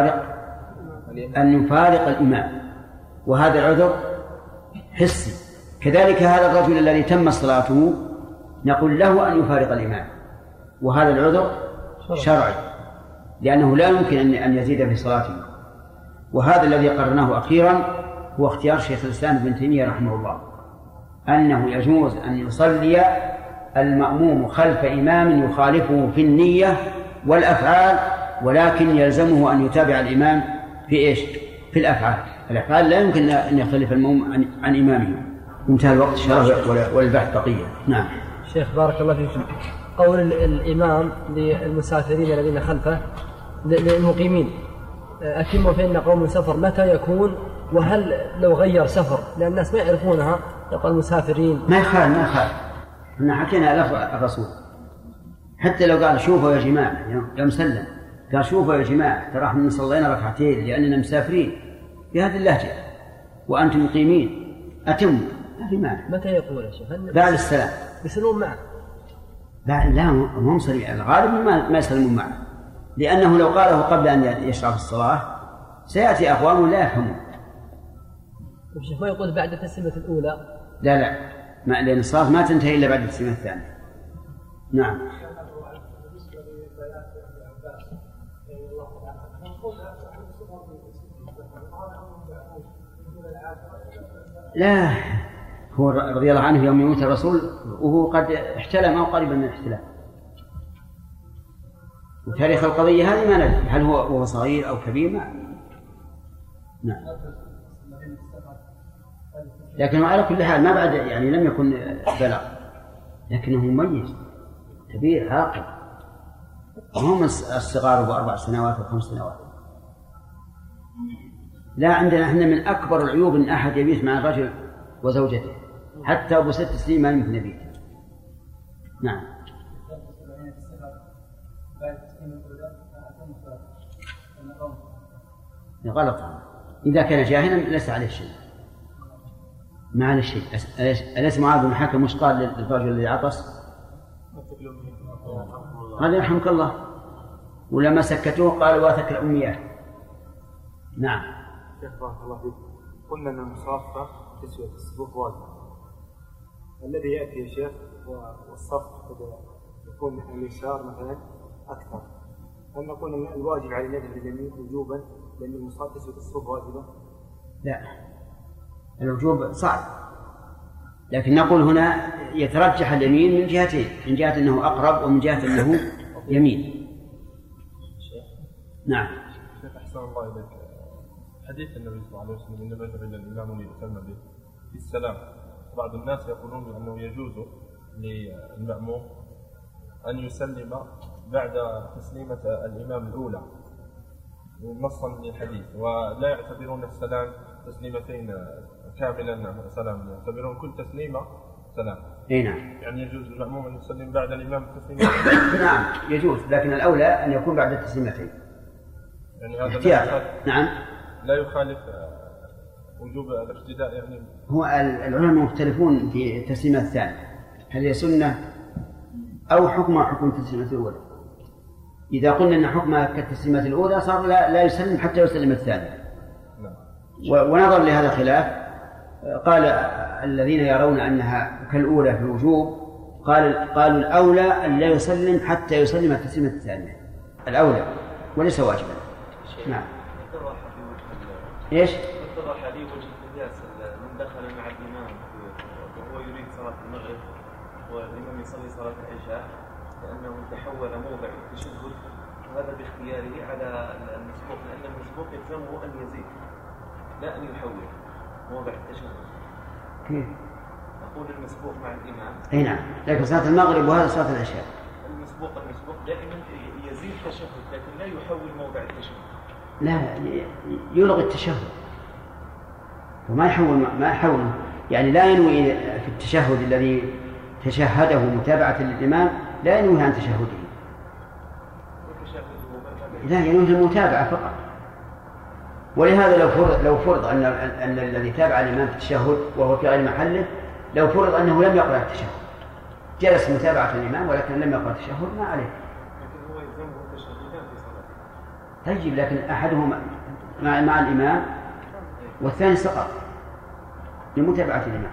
أن يفارق الإمام، وهذا العذر حسي. كذلك هذا الرجل الذي تم صلاته نقول له أن يفارق الإمام، وهذا العذر شرعي، لأنه لا يمكن أن يزيد في صلاته. وهذا الذي قررناه أخيرا هو اختيار شيخ الإسلام ابن تيمية رحمه الله، أنه يجوز أن يصلي المأموم خلف إمام يخالفه في النية والأفعال، ولكن يلزمه أن يتابع الإمام في إيش؟ في الأفعال لا يمكن أن يختلف المأموم عن إمامه. انتهى الوقت شرح والبحث بقية. نعم. شيخ بارك الله فيكم، قول الإمام للمسافرين الذين خلفه للمقيمين أتموا فإن قوم سفر، متى يكون؟ وهل لو غير سفر لأن الناس ما يعرفونها يقول المسافرين؟ ما يخالف احنا حكينا لفظ الرسول، حتى لو قال شوفوا يا جماعة يوم سلم قال شوفوا يا جماعة ترى احنا صلينا ركعتين لأننا مسافرين بهذه اللهجة وأنتم مقيمين أتموا، ما في مانع. متى يقول يا شيخ؟ بعد السلام يسلمون معه؟ لا هم صلي الغالب ما يسلمون معه، لأنه لو قاله قبل أن يشرع في الصلاة سيأتي أقوام لا يفهمون. الشيخ ما يقول بعد التسليمة الأولى؟ لا لأن الصلاة ما تنتهي إلا بعد التسليمة الثانية. نعم. لا هو رضي الله عنه يوم يموت الرسول وهو قد احتلم أو قريبا من الاحتلام، وتاريخ القضية هذه ما ندري هل هو صغير أو كبير. نعم. لكنه على كل حال ما بعد يعني لم يكن بلغ، لكنه مميز كبير عاقل، وهم الصغار ب4 سنوات و5 سنوات. لا عندنا احنا من أكبر العيوب أن أحد يبيت مع الرجل وزوجته حتى أبو 6 سنين ما يمكن يبيت. نعم. غلط، إذا كان جاهلا ليس عليه شيء، ما عليه شيء. أليس معاذ بن الحكم مش قال للرجل الذي عطس قال يرحمك الله، ولما سكتوه قال واثك الأميات. نعم. شيخ بارك الله فيك، قلنا أن المصافة تسوية الصفوف واجبة، الذي يأتي يا شيخ والصف يكون نحو اليسار مثلا أكثر، هل نقول أن الواجب على اليد اليمين وجوبا لأن المصافة تسوية الصفوف واجبة؟ لا، الوجوب صعب، لكن نقول هنا يترجح اليمين من جهتين، من جهة أنه أقرب ومن جهة أنه يمين. نعم. شيخ أحسن الله إليك، حديث النبي صلى الله عليه وسلم إنما جعل الإمام ليؤتم به في السلام، بعض الناس يقولون أنه يجوز للمأموم أن يسلم بعد تسليمة الإمام الأولى نصا للحديث، ولا يعتبرون السلام تسليمتين كاملا سلام، يعتبرون كل تسليمة سلام. نعم. يعني يجوز للمأموم أن يسلم بعد الإمام التسليمة. نعم يجوز، لكن الأولى أن يكون بعد التسليمتين. يعني هذا نعم لا يخالف وجوب الاقتداء. يعني هو العلماء مختلفون في التسليمة الثانية، هل هي سنة أو حكم التسليمة الأولى. إذا قلنا أن حكمها كالتسليمة الأولى صار لا يسلم حتى يسلم الثانية. ونظر لهذا الخلاف قال الذين يرون أنها كالأولى في الوجوب قالوا الأولى أن لا يسلم حتى يسلم التسليمة الثانية، الأولى وليس واجبا. نعم. إيش؟ اتضح لي وجه القياس من دخل مع الإمام وهو يريد صلاة المغرب والإمام يصلي صلاة العشاء لأنه تحول موضع التشهد، وهذا باختياره على المسبوق، لأن المسبوق يلزمه أن يزيد لا أن يحول موضع التشهد. كيف؟ أقول المسبوق مع الإمام. أي نعم، لكن صلاة المغرب وهذا صلاة العشاء. المسبوق دائما يزيد تشهد لكن لا يحول موضع التشهد. لا يلغي التشهد وما يحول يعني لا ينوي في التشهد الذي تشهده متابعة للإمام لا ينوي عن تشهده، لا ينوي المتابعة فقط. ولهذا لو فرض أن الذي تابع الإمام في التشهد وهو في غير محله لو فرض أنه لم يقرأ التشهد جلس متابعة الإمام ولكن لم يقرأ التشهد ما عليه. لكن هو يلزمه التشهدان في صلاته. طيب لكن أحدهما مع الإمام والثاني سقط لمتابعة الإمام.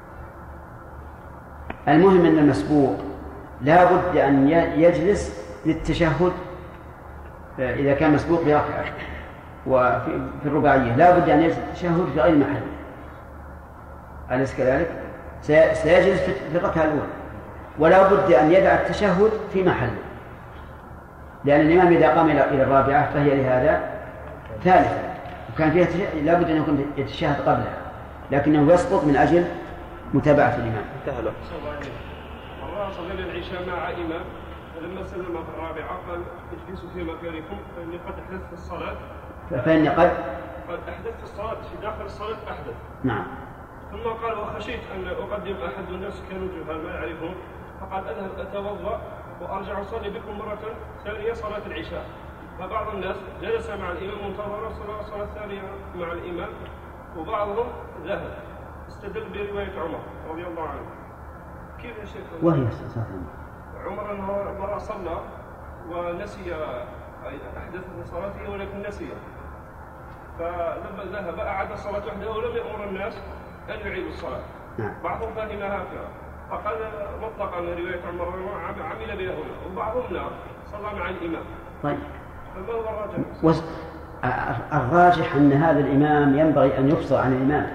المهم أن المسبوق لا بد أن يجلس للتشهد إذا كان مسبوق بركعة، وفي الرباعية لا بد أن يجلس للتشهد في غير محل. أليس كذلك؟ سيجلس في الركعة الأولى ولا بد أن يدع التشهد في محله، لأن الإمام إذا قام إلى الرابعة فهي لهذا ثالثة وكان فيها لا بد أن يكون يتشهد قبلها، لكنه يسقط من أجل متابعة الإمام. انتهى له. مرة صلى العشاء مع إمام فلما سلم في الرابعة قال اجلسوا في مكانكم فإني قد أحدثت في الصلاة. فإني قد أحدثت في الصلاة في داخل الصلاة أحدث. نعم. ثم قال وخشيت أن أقدم أحد الناس كانوا جهال ما يعرفون فقال أذهب أتوضأ وأرجع أصلي بكم مرة ثانية صلاة العشاء. فبعض الناس جلس مع الإمام منتظر الصلاة الثانية مع الإمام وبعضهم ذهب استدل برواية عمر رضي الله عنه. كيف يا شيخ؟ وهي عمر مرة صلى ونسي أحدث في صلاته ولكن نسي، فلما ذهب أعاد الصلاة وحده ولم يأمر الناس أن يعيدوا الصلاة. بعضهم فهمها هكذا فقال مطلقا رواية عمر عمل بها هنا، وبعضهم لا صلى مع الإمام. طيب فما هو الراجح؟ الراجح أن هذا الإمام ينبغي أن يفصل عن الإمام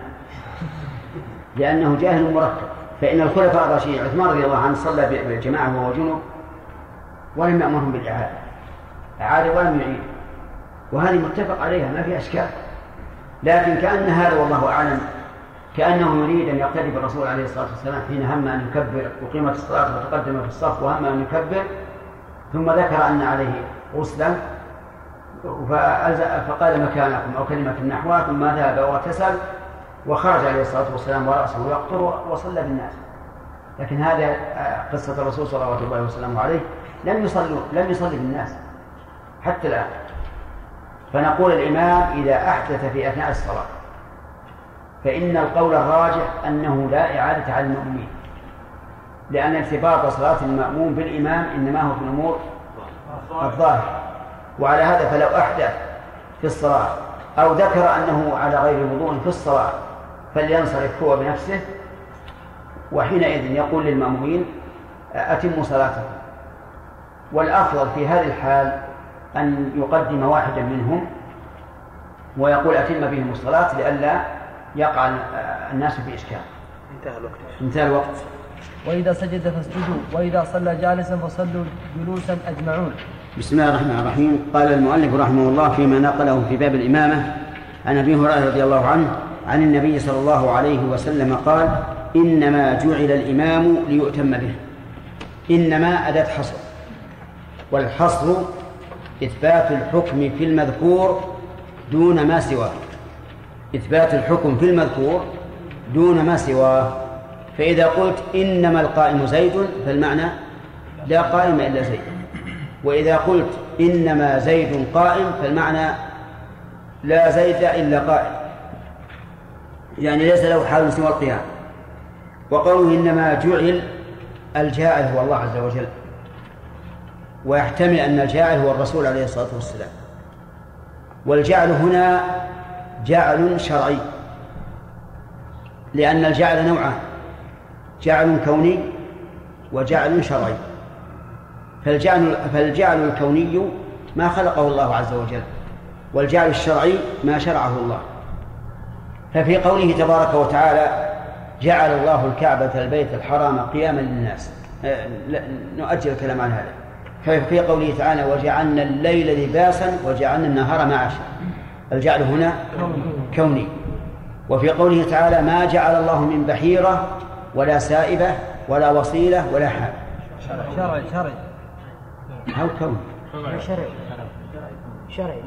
لأنه جاهل مركب. فإن الخلفاء الراشدين عثمان رضي الله عنه صلى بالجماعة وهو جنوب ولم يأمرهم بالإعادة، أعاد ولم يعيد، وهذه متفق عليها ما في أشكال. لكن كأن هذا والله أعلم كأنه يريد أن يقتدي بالرسول عليه الصلاة والسلام حين هم أن يكبر وقيمة الصلاة وتقدم في الصف وهم أن يكبر ثم ذكر أن عليه غسلا فقال مكانكم أو كلمة نحوها ثم ذهب واغتسل وخرج عليه الصلاة والسلام ورأسه يقطر وصلى بالناس. لكن هذا قصة الرسول صلى الله عليه وسلم عليه لم يصلي بالناس حتى الآن. فنقول الإمام إذا أحدث في أثناء الصلاة فإن القول الراجح أنه لا إعادة على المأمومين، لأن ارتباط صلاة المأموم بالإمام إنما هو في الأمور الظاهرة. وعلى هذا فلو أحدث في الصلاة أو ذكر أنه على غير وضوء في الصلاة فلينصرف هو بنفسه، وحينئذ يقول للمأمومين أتموا صلاتكم. والأفضل في هذه الحال أن يقدم واحدا منهم ويقول أتم بهم الصلاة لئلا يقع الناس في إشكال. انتهى الوقت. وإذا سجد فاسجدوا وإذا صلى جالسا فصلوا جلوسا أجمعون. بسم الله الرحمن الرحيم. قال المؤلف رحمه الله فيما نقله في باب الإمامة عن أبي هريرة رضي الله عنه عن النبي صلى الله عليه وسلم قال إنما جعل الإمام ليؤتم به. إنما أداة حصر، والحصر إثبات الحكم في المذكور دون ما سواه، إثبات الحكم في المذكور دون ما سواه. فإذا قلت إنما القائم زيد فالمعنى لا قائم إلا زيد، وإذا قلت إنما زيد قائم فالمعنى لا زيد إلا قائم، يعني ليس له حال سوى القيام. وقوله إنما جعل، الجاعل هو الله عز وجل، ويحتمل أن الجاعل هو الرسول عليه الصلاة والسلام. والجعل هنا جعل شرعي، لأن الجعل نوعان، جعل كوني وجعل شرعي. فالجعل الكوني ما خلقه الله عز وجل، والجعل الشرعي ما شرعه الله. ففي قوله تبارك وتعالى جعل الله الكعبة البيت الحرام قياما للناس، نؤجل الكلام عن هذا. ففي قوله تعالى وجعلنا الليل لباسا وجعلنا النهار معاشا، الجعل هنا كوني. وفي قوله تعالى ما جعل الله من بحيرة ولا سائبة ولا وصيلة ولا حام. شرعي أو كوني؟ شرعي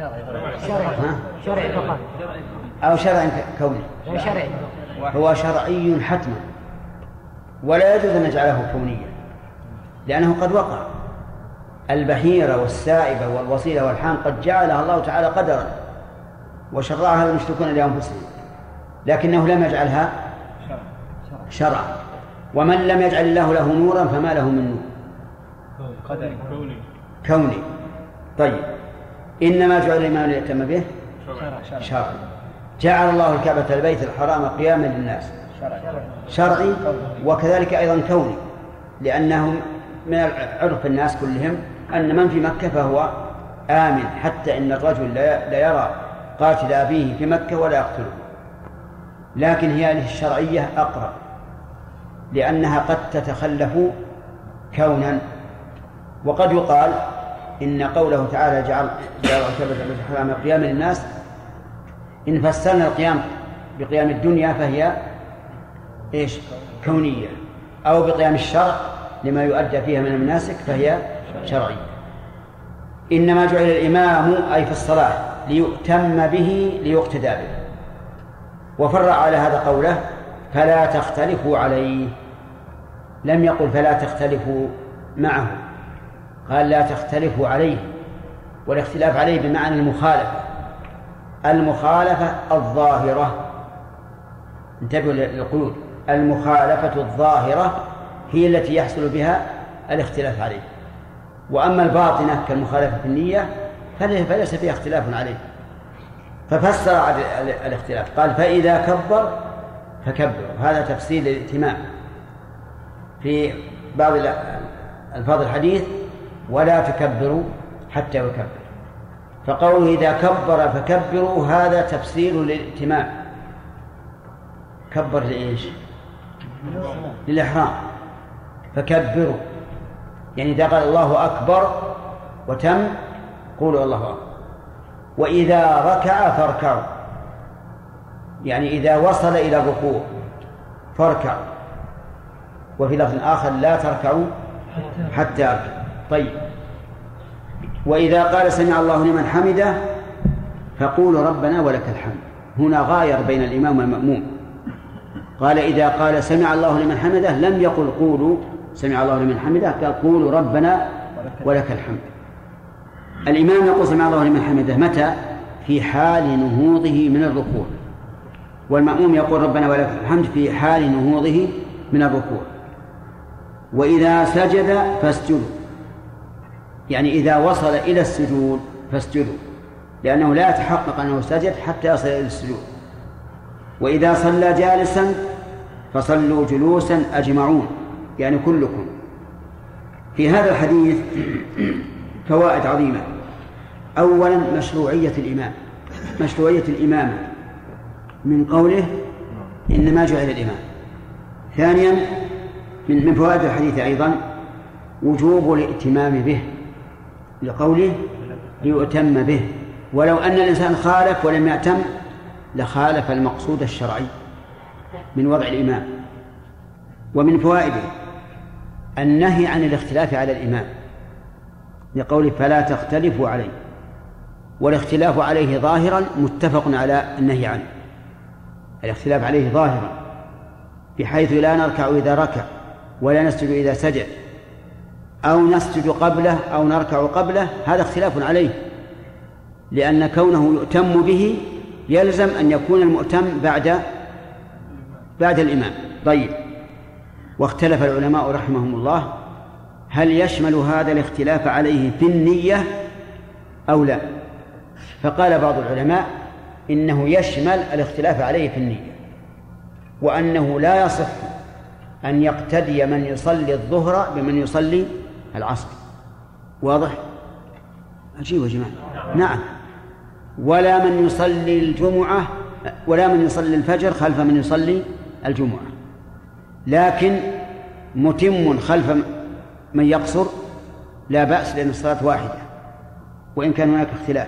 شرعي فقط، أو شرع كوني. هو شرعي حتما، ولا يجوز أن نجعله كونيا لأنه قد وقع. البحيرة والسائبة والوصيلة والحام قد جعلها الله تعالى قدرا وشرعها المشركون لأنفسهم، لكنه لم يجعلها شرعا، ومن لم يجعل الله له نورا فما له من نور كوني. طيب إنما جعل الإمام ليؤتم به شرعا. جعل الله الكعبة البيت الحرام قياما للناس شرعي، وكذلك أيضا كوني، لأنهم من عرف الناس كلهم أن من في مكة فهو آمن، حتى إن الرجل لا يرى قاتل أبيه في مكة ولا يقتله. لكن هي الشرعية أقرب، لأنها قد تتخلف كونا. وقد يقال إن قوله تعالى جعل الكعبة البيت الحرام قياما للناس، إن فسرنا القيام بقيام الدنيا فهي إيش؟ كونية، أو بقيام الشرع لما يؤدى فيها من المناسك فهي شرعية. إنما جعل الإمام أي في الصلاة ليؤتم به ليقتدى به. وفرع على هذا قوله فلا تختلفوا عليه، لم يقل فلا تختلفوا معه، قال لا تختلفوا عليه. والاختلاف عليه بمعنى المخالفة الظاهرة. انتبهوا للقيود، المخالفة الظاهرة هي التي يحصل بها الاختلاف عليه، وأما الباطنة كالمخالفة في النية فليس فيها اختلاف عليه. ففسر الاختلاف قال فإذا كبر فكبروا، هذا تفسير للائتمام. في بعض الفاظ الحديث ولا تكبروا حتى يكبر، فقوله إذا كبر فكبروا هذا تفسير للائتمام. كبر لإيش؟ للإحرام، فكبروا يعني إذا قال الله أكبر وتم قولوا الله أكبر. وإذا ركع فاركعوا، يعني إذا وصل إلى الركوع فاركعوا. وفي لفظ آخر لا تركعوا حتى أركع. طيب، وإذا قال سمع الله لمن حمده فقولوا ربنا ولك الحمد. هنا غاير بين الإمام والمأموم، قال إذا قال سمع الله لمن حمده لم يقل قولوا سمع الله لمن حمده، قال قولوا ربنا ولك الحمد. الإمام يقول سمع الله لمن حمده متى؟ في حال نهوضه من الركوع، والمأموم يقول ربنا ولك الحمد في حال نهوضه من الركوع. وإذا سجد فاسجدوا، يعني إذا وصل إلى السجود فاسجدوا، لأنه لا يتحقق أنه سجد حتى يصل إلى السجود. وإذا صلى جالسا فصلوا جلوسا أجمعون، يعني كلكم. في هذا الحديث فوائد عظيمة. أولا مشروعية الإمام، مشروعية الإمامة من قوله إنما جعل الإمام. ثانيا من فوائد الحديث أيضا وجوب الائتمام به، لقوله ليؤتم به، ولو أن الإنسان خالف ولم يأتم لخالف المقصود الشرعي من وضع الإمام. ومن فوائده النهي عن الاختلاف على الإمام، لقوله فلا تختلفوا عليه، والاختلاف عليه ظاهرا متفق على النهي عنه. الاختلاف عليه ظاهرا بحيث لا نركع إذا ركع ولا نسجد إذا سجد، أو نسجد قبله أو نركع قبله، هذا اختلاف عليه، لأن كونه يؤتم به يلزم أن يكون المؤتم بعد الإمام. طيب، واختلف العلماء رحمهم الله هل يشمل هذا الاختلاف عليه في النية أو لا؟ فقال بعض العلماء إنه يشمل الاختلاف عليه في النية، وأنه لا يصح أن يقتدي من يصلي الظهر بمن يصلي العصر. واضح؟ عجيب يا جماعة. نعم. ولا من يصلي الجمعة ولا من يصلي الفجر خلف من يصلي الجمعة، لكن متم خلف من يقصر لا بأس، لأن الصلاة واحدة وإن كان هناك اختلاف.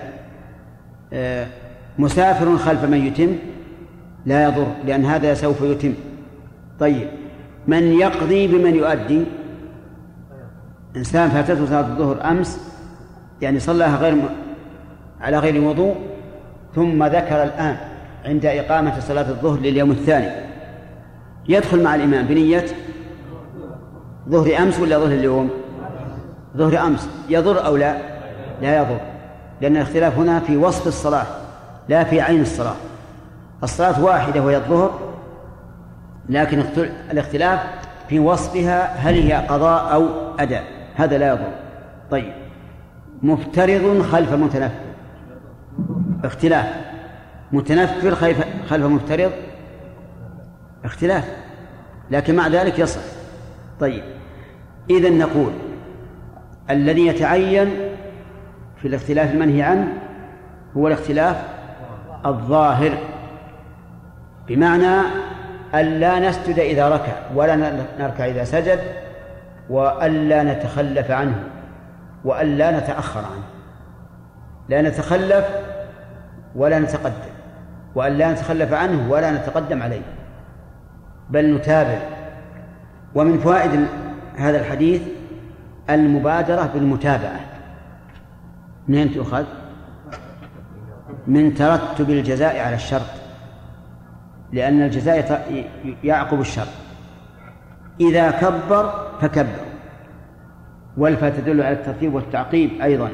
مسافر خلف من يتم لا يضر، لأن هذا سوف يتم. طيب، من يقضي بمن يؤدي؟ إنسان فاتته صلاة الظهر أمس، يعني صلاها على غير وضوء، ثم ذكر الآن عند إقامة صلاة الظهر لليوم الثاني يدخل مع الإمام بنية ظهر أمس ولا ظهر اليوم؟ ظهر أمس. يضر أو لا؟ لا يضر، لأن الاختلاف هنا في وصف الصلاة لا في عين الصلاة. الصلاة واحدة وهي الظهر، لكن الاختلاف في وصفها، هل هي قضاء أو أداء، هذا لا يضر. طيب، مفترض خلف متنفل، اختلاف. متنفل خلف مفترض، اختلاف، لكن مع ذلك يصح. طيب، إذن نقول الذي يتعين في الاختلاف المنهي عنه هو الاختلاف الظاهر، بمعنى ألا نسجد إذا ركع ولا نركع إذا سجد، وألا نتخلف عنه وألا نتأخر عنه، لا نتخلف ولا نتقدم، وألا نتخلف عنه ولا نتقدم عليه، بل نتابع. ومن فوائد هذا الحديث المبادرة بالمتابعة. منين تؤخذ؟ من ترتب الجزاء على الشرط، لأن الجزاء يعقب الشرط. إذا كبر فكبر، والفاء تدل على الترتيب والتعقيب أيضا.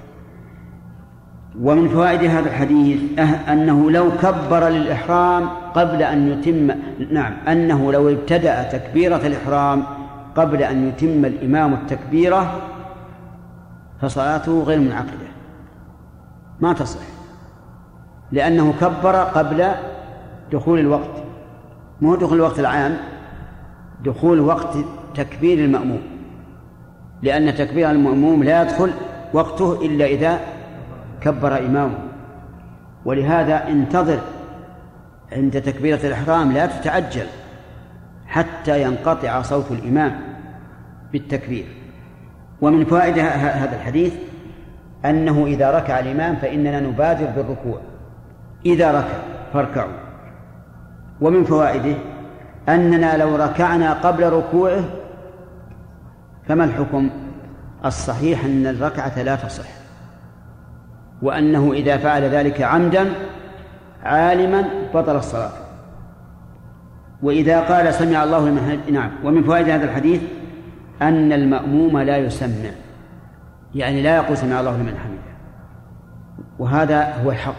ومن فوائد هذا الحديث أنه لو كبر للإحرام قبل أن يتم، أنه لو ابتدأ تكبيرة الإحرام قبل أن يتم الإمام التكبيرة فصلاته غير منعقدة، ما تصح، لأنه كبر قبل دخول الوقت، مو دخول الوقت العام، دخول وقت تكبير المأموم، لأن تكبير المأموم لا يدخل وقته إلا إذا كبر إمامه. ولهذا انتظر عند تكبيرة الإحرام، لا تتعجل حتى ينقطع صوت الإمام بالتكبير. ومن فوائد هذا الحديث أنه إذا ركع الإمام فإننا نبادر بالركوع، إذا ركع فاركعوا. ومن فوائده أننا لو ركعنا قبل ركوعه فما الحكم؟ الصحيح أن الركعة لا تصح، وأنه إذا فعل ذلك عمدا عالما بطل الصلاة. وإذا قال سمع الله لمن حمده، ومن فوائد هذا الحديث أن المأموم لا يسمع، يعني لا يقول سمع الله لمن حمده، وهذا هو الحق،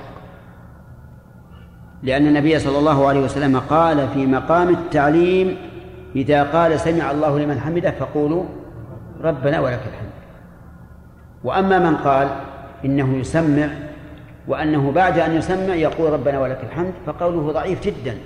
لأن النبي صلى الله عليه وسلم قال في مقام التعليم إذا قال سمع الله لمن حمده فقولوا ربنا ولك الحمد. وأما من قال إنه يسمع وأنه بعد أن يسمع يقول ربنا ولك الحمد فقوله ضعيف جدا.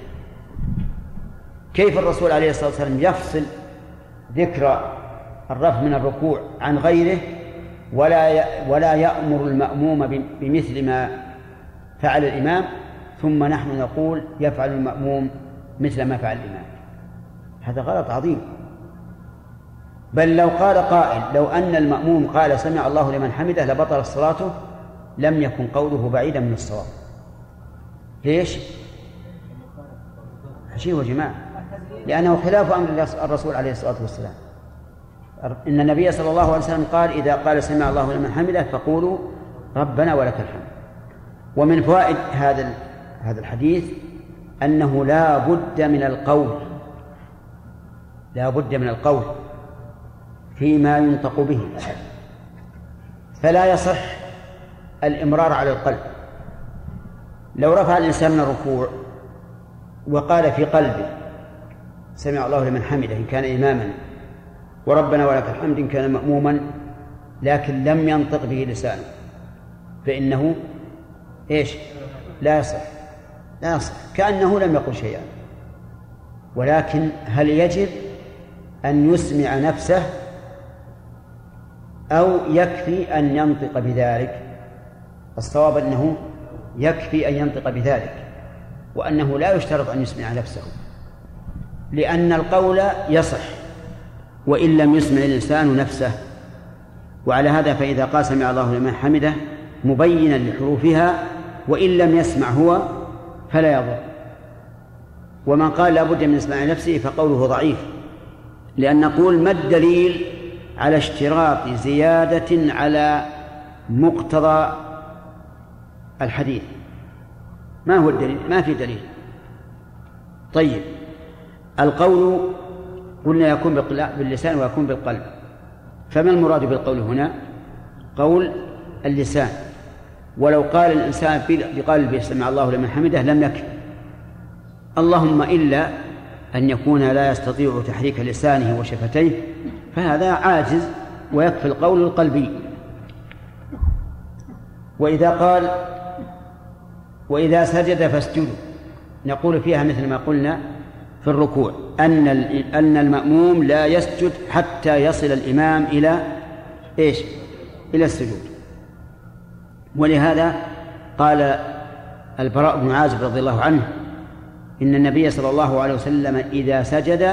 كيف الرسول عليه الصلاة والسلام يفصل ذكر الرفع من الركوع عن غيره ولا يأمر المأموم بمثل ما فعل الإمام، ثم نحن نقول يفعل المأموم مثل ما فعل الإمام؟ هذا غلط عظيم. بل لو قال قائل لو أن المأموم قال سمع الله لمن حمده لبطل صلاته، لم يكن قوله بعيدا من الصواب. ليش؟ شيء يا جماعة، لأنه خلاف أمر الرسول عليه الصلاة والسلام. إن النبي صلى الله عليه وسلم قال إذا قال سمع الله لمن حمده فقولوا ربنا ولك الحمد. ومن فوائد هذا الحديث أنه لا بد من القول فيما ينطق به، فلا يصح الإمرار على القلب. لو رفع الإنسان من الركوع وقال في قلبه سمع الله لمن حمده إن كان إماما وربنا ولك الحمد إن كان مأموما، لكن لم ينطق به لسانه، فإنه لا يصح كأنه لم يقل شيئا. ولكن هل يجب أن يسمع نفسه أو يكفي أن ينطق بذلك؟ الصواب أنه يكفي أن ينطق بذلك، وأنه لا يشترط أن يسمع نفسه، لأن القول يصح وإن لم يسمع الإنسان نفسه. وعلى هذا فإذا قال سمع الله لمن حمده مبينا لحروفها وإن لم يسمع هو فلا يضر. ومن قال لا بد من إسماع نفسه فقوله ضعيف، لأن نقول ما الدليل على اشتراط زيادة على مقتضى الحديث؟ ما هو الدليل؟ ما في دليل. طيب، القول قلنا يكون باللسان ويكون بالقلب، فما المراد بالقول هنا؟ قول اللسان. ولو قال الإنسان بقلبه سمع الله لمن حمده لم يكفي، اللهم إلا أن يكون لا يستطيع تحريك لسانه وشفتيه فهذا عاجز ويكفي القول القلبي. وإذا قال وإذا سجد فاسجدوا نقول فيها مثل ما قلنا في الركوع أن المأموم لا يسجد حتى يصل الإمام إلى إيش؟ إلى السجود. ولهذا قال البراء بن عازب رضي الله عنه إن النبي صلى الله عليه وسلم إذا سجد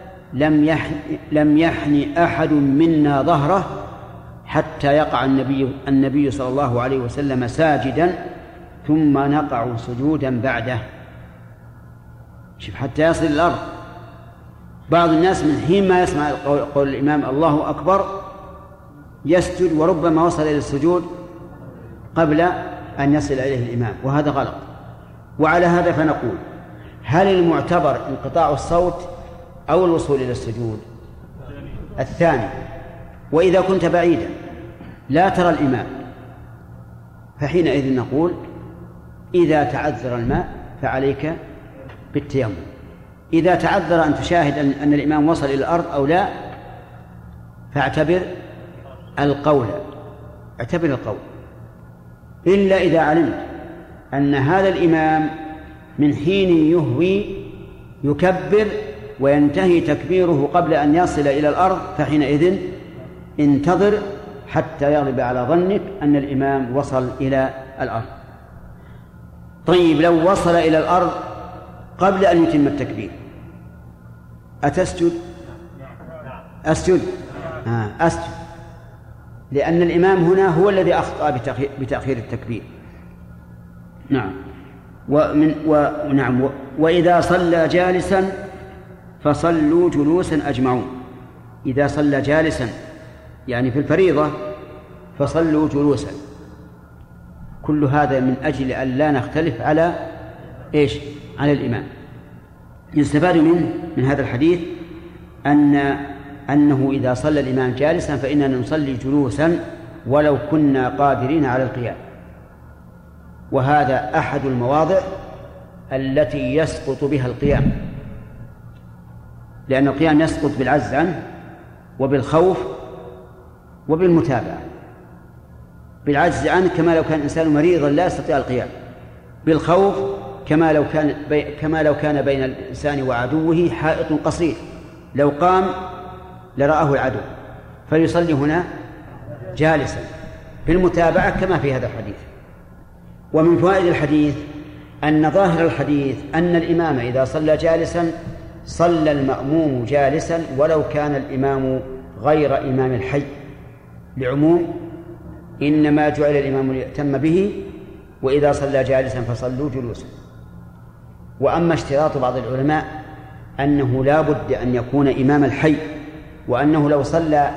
لم يحن أحد منا ظهره حتى يقع النبي صلى الله عليه وسلم ساجدا ثم نقع سجودا بعده. شوف حتى يصل الأرض. بعض الناس من حين ما يسمع قول الإمام الله أكبر يسجد وربما وصل إلى السجود قبل أن يصل إليه الإمام، وهذا غلط. وعلى هذا فنقول هل المعتبر انقطاع الصوت أو الوصول إلى السجود؟ الثاني. وإذا كنت بعيدا لا ترى الإمام فحينئذ نقول إذا تعذر الماء فعليك بالتيمم. إذا تعذر أن تشاهد أن الإمام وصل إلى الأرض أو لا فاعتبر القول، اعتبر القول، إلا إذا علمت أن هذا الإمام من حين يهوي يكبر وينتهي تكبيره قبل أن يصل إلى الأرض فحينئذ انتظر حتى يغلب على ظنك أن الإمام وصل إلى الأرض. طيب لو وصل إلى الأرض قبل أن يتم التكبير أتسجد؟ أسجد؟ أسجد، لأن الإمام هنا هو الذي أخطأ بتأخير التكبير. نعم. نعم. وإذا صلى جالسا فصلوا جلوسا أجمعون. إذا صلى جالسا يعني في الفريضة فصلوا جلوسا. كل هذا من أجل أن لا نختلف على إيش؟ على الإمام. يستفاد من هذا الحديث أنه إذا صلى الإمام جالسا فإننا نصلي جلوسا ولو كنا قادرين على القيام. وهذا أحد المواضع التي يسقط بها القيام، لأن القيام يسقط بالعجز عنه وبالخوف وبالمتابعة. بالعجز عنه كما لو كان الإنسان مريضا لا يستطيع القيام، بالخوف كما لو كان بين الإنسان وعدوه حائط قصير لو قام لرآه العدو، فيصلي هنا جالسا بالمتابعة كما في هذا الحديث. ومن فوائد الحديث أن ظاهر الحديث أن الإمام إذا صلى جالسا صلى المأموم جالسا ولو كان الإمام غير إمام الحي، لعموم إنما جعل الإمام ليأتم به وإذا صلى جالسا فصلوا جلوسا. وأما اشتراط بعض العلماء أنه لا بد أن يكون إمام الحي، وأنه لو صلى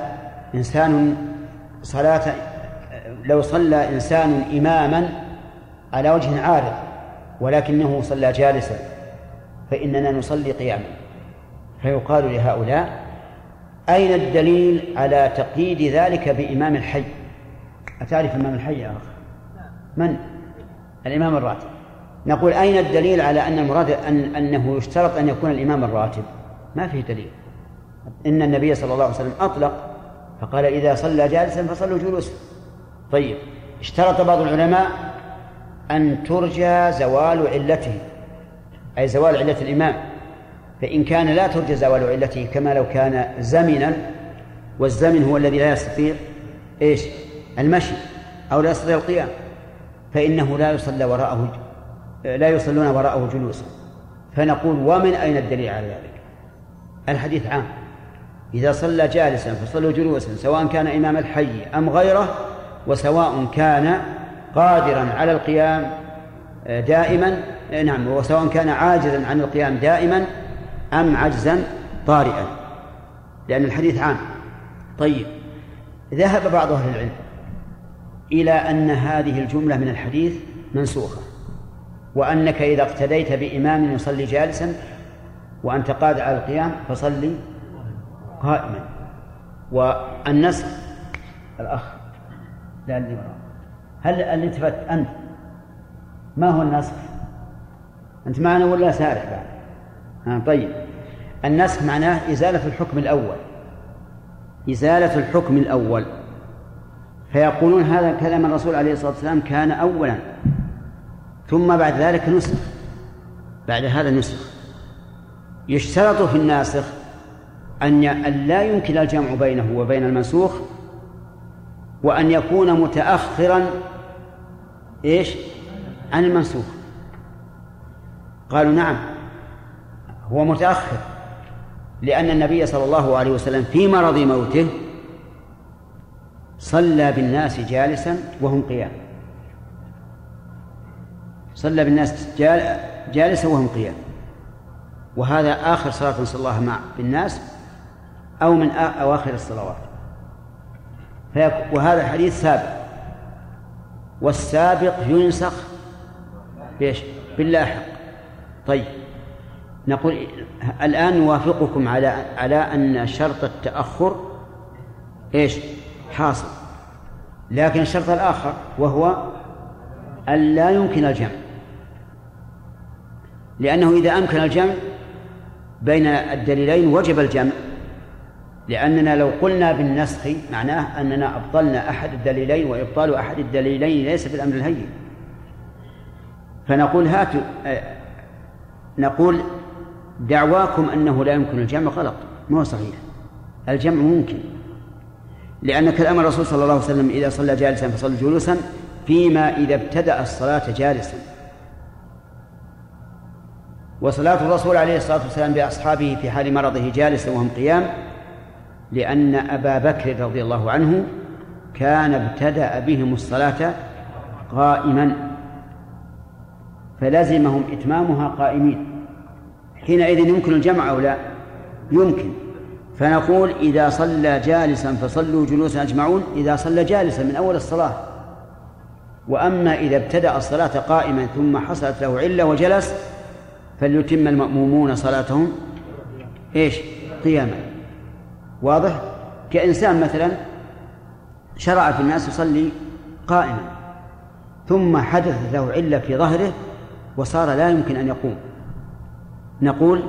إنسان إماما على وجه عارض ولكنه صلى جالسا فإننا نصلي قياما. فيقال لهؤلاء أين الدليل على تقييد ذلك بإمام الحي؟ أتعرف إمام الحي يا أخي؟ من؟ الإمام الراتب. نقول أين الدليل على أن المراد أنه يشترط أن يكون الإمام الراتب؟ ما فيه دليل. إن النبي صلى الله عليه وسلم أطلق فقال إذا صلى جالسا فصلوا جلوسا. طيب اشترط بعض العلماء أن ترجى زوال علته، أي زوال علة الإمام، فإن كان لا ترجى زوال علته كما لو كان زمنا، والزمن هو الذي لا يستطيع إيش؟ المشي أو لا يستطيع القيام، فإنه لا يصلون وراءه جلوسا. فنقول ومن أين الدليل على ذلك؟ الحديث عام، إذا صلى جالسا فصلوا جلوسا سواء كان إمام الحي أم غيره، وسواء كان قادرا على القيام دائما، نعم، وسواء كان عاجزا عن القيام دائما أم عجزا طارئا، لأن الحديث عام. طيب ذهب بعض أهل العلم إلى أن هذه الجملة من الحديث منسوخة، وأنك إذا اقتديت بإمام يصلي جالسا وأنت قادر على القيام فصلي قائما. والنسخ الأخ لا اللي هل التفت أنت ما هو النسخ؟ أنت معنا ولا سارح بعد؟ طيب النسخ معناه إزالة الحكم الأول، إزالة الحكم الأول. فيقولون هذا كلام الرسول عليه الصلاة والسلام كان أولا ثم بعد ذلك نسخ، بعد هذا نسخ. يشترط في الناسخ أن لا يمكن الجمع بينه وبين المنسوخ، وأن يكون متأخرا عن المنسوخ. قالوا نعم هو متأخر، لأن النبي صلى الله عليه وسلم في مرض موته صلى بالناس جالسا وهم قيام، صلى بالناس جالسا وهم قيام، وهذا آخر صلاة صلى الله بالناس أو من أواخر الصلوات. وهذا الحديث سابق، والسابق ينسخ باللاحق. طيب نقول الآن نوافقكم على أن شرط التأخر حاصل، لكن الشرط الآخر وهو أن لا يمكن الجمع، لأنه إذا أمكن الجمع بين الدليلين وجب الجمع، لأننا لو قلنا بالنسخ معناه أننا أبطلنا أحد الدليلين، وإبطال أحد الدليلين ليس بالأمر الهين. فنقول نقول دعواكم أنه لا يمكن الجمع غلط، ما هو صحيح، الجمع ممكن، لأن كلام الرسول صلى الله عليه وسلم إذا صلى جالسا فصلوا جلوسا، فيما إذا ابتدأ الصلاة جالسا. وصلاة الرسول عليه الصلاة والسلام بأصحابه في حال مرضه جالسا وهم قيام، لأن أبا بكر رضي الله عنه كان ابتدأ بهم الصلاة قائما، فلزمهم إتمامها قائمين. حينئذ يمكن الجمع أو لا؟ يمكن. فنقول إذا صلى جالسا فصلوا جلوسا أجمعون، إذا صلى جالسا من أول الصلاة. وأما إذا ابتدأ الصلاة قائما ثم حصلت له علة وجلس، فليتم المأمومون صلاتهم قياما. واضح؟ كإنسان مثلا شرع في الناس يصلي قائما، ثم حدثت له علة في ظهره وصار لا يمكن أن يقوم، نقول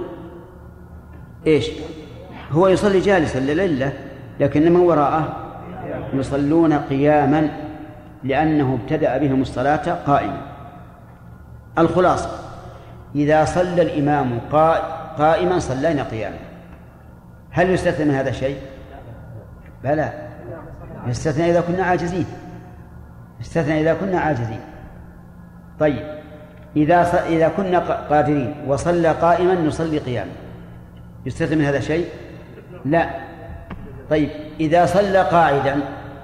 هو يصلي جالسا للعلة، لكن من وراءه يصلون قياما لأنه ابتدأ بهم الصلاة قائما. الخلاصة إذا صلى الإمام قائما صلينا قياما. هل يستثنى من هذا الشيء؟ بلى، يستثنى إذا كنا عاجزين، يستثنى إذا كنا عاجزين. طيب إذا كنا قادرين وصلى قائما نصلي قياما، يستثنى من هذا الشيء؟ لا. طيب إذا صلى قاعدا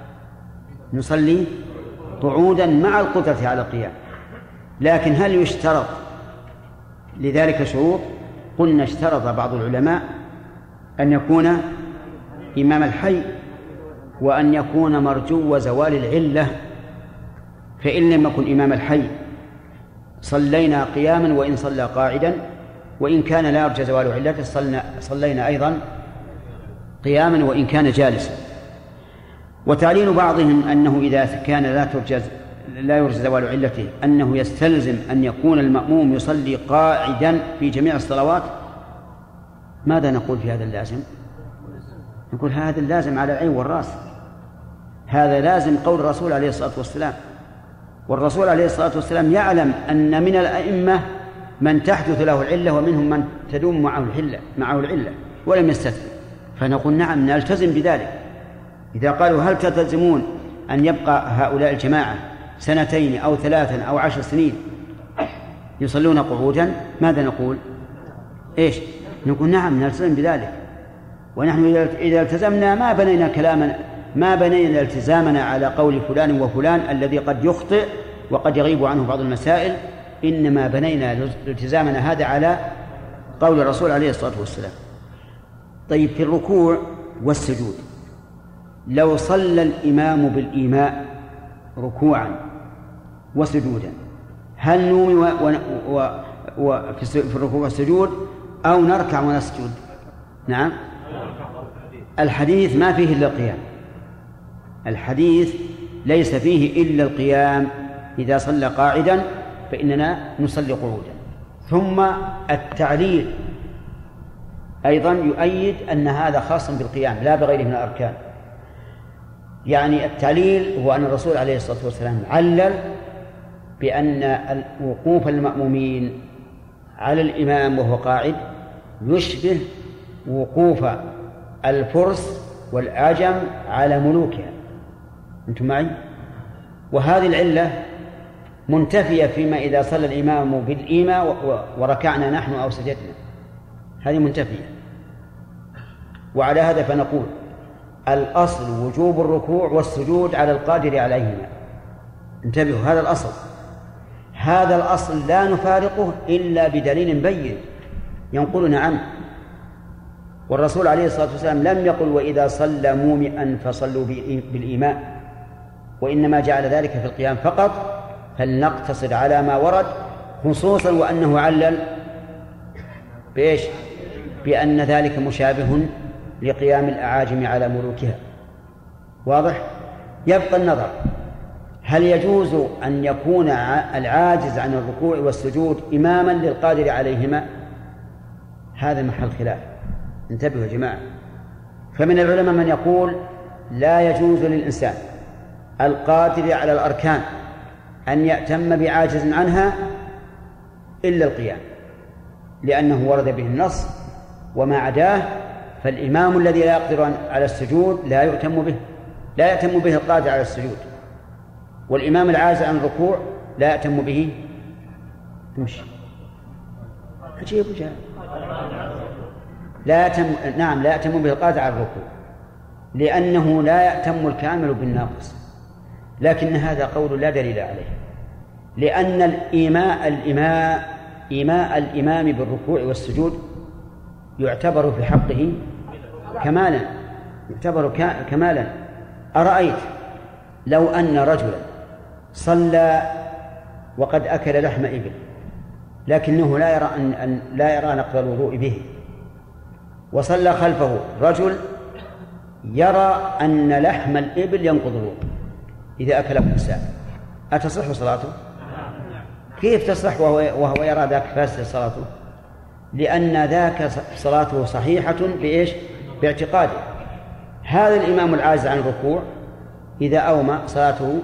نصلي قعودا مع القدرة على القيام. لكن هل يشترط لذلك شروط؟ قلنا اشترط بعض العلماء أن يكون إمام الحي، وأن يكون مرجو زوال العلة، فإن لم يكن إمام الحي صلينا قياما وإن صلى قاعدا، وإن كان لا يرجى زوال علته صلينا أيضا قياما وإن كان جالسا. وتعليل بعضهم أنه إذا كان لا يرجى زوال علته أنه يستلزم أن يكون المأموم يصلي قاعدا في جميع الصلوات. ماذا نقول في هذا اللازم؟ نقول هذا اللازم على العين والرأس، هذا لازم قول الرسول عليه الصلاة والسلام. والرسول عليه الصلاة والسلام يعلم أن من الأئمة من تحدث له العلة ومنهم من تدوم معه العلة ولم يستثني. فنقول نعم نلتزم بذلك. إذا قالوا هل تلتزمون أن يبقى هؤلاء الجماعة 2 أو 3 أو 10 سنين يصلون قعودا، ماذا نقول؟ نقول نعم نلتزم بذلك. ونحن إذا التزمنا ما بنينا التزامنا على قول فلان وفلان الذي قد يخطئ وقد يغيب عنه بعض المسائل، إنما بنينا التزامنا هذا على قول الرسول عليه الصلاة والسلام. طيب في الركوع والسجود لو صلى الإمام بالإيماء ركوعا وسجودا هل نومي في الركوع والسجود أو نركع ونسجد؟ نعم، الحديث ما فيه إلا القيام، الحديث ليس فيه إلا القيام. إذا صلى قاعدا فإننا نصلي قعودا. ثم التعليل أيضا يؤيد أن هذا خاص بالقيام لا بغيره من الأركان. يعني التعليل هو أن الرسول عليه الصلاة والسلام علل بأن وقوف المأمومين على الإمام وهو قاعد يشبه وقوف الفرس والأعجم على ملوكها. أنتم معي؟ وهذه العلة منتفية فيما إذا صلى الإمام بالإيماء وركعنا نحن أو سجدنا، هذه منتفية. وعلى هذا فنقول الأصل وجوب الركوع والسجود على القادر عليهما. انتبهوا، هذا الأصل، هذا الأصل لا نفارقه إلا بدليل بين ينقلنا عنه. والرسول عليه الصلاة والسلام لم يقل وإذا صلى مومئا فصلوا بالإيماء، وإنما جعل ذلك في القيام فقط. فلنقتصر على ما ورد، خصوصا وأنه علل بإيش؟ بأن ذلك مشابه لقيام الأعاجم على ملوكها. واضح؟ يبقى النظر هل يجوز أن يكون العاجز عن الركوع والسجود إماما للقادر عليهما؟ هذا محل خلاف. انتبهوا يا جماعة. فمن العلماء من يقول لا يجوز للإنسان القادر على الأركان أن يأتم بعاجز عنها إلا القيام، لأنه ورد به النص، وما عداه فالإمام الذي لا يقدر على السجود لا يؤتم به، لا يأتم به القادر على السجود، والإمام العاجز عن الركوع لا يأتم به. مش عجيب جاء. لا يأتم به القادر على الركوع، لأنه لا يأتم الكامل بالناقص. لكن هذا قول لا دليل عليه، لأن إيماء الإمام بالركوع والسجود يعتبر في حقه كمالا، يعتبر كمالا. أرأيت لو أن رجلا صلى وقد أكل لحم إبل، لكنه لا يرى نقض الوضوء به، وصلى خلفه رجل يرى أن لحم الإبل ينقض الوضوء إذا أكله الإنسان، أتصح صلاته؟ كيف تصح وهو يرى ذاك فاسد صلاته؟ لأن ذاك صلاته صحيحة بإيش؟ باعتقاده. هذا الإمام العاجز عن الركوع إذا أومى صلاته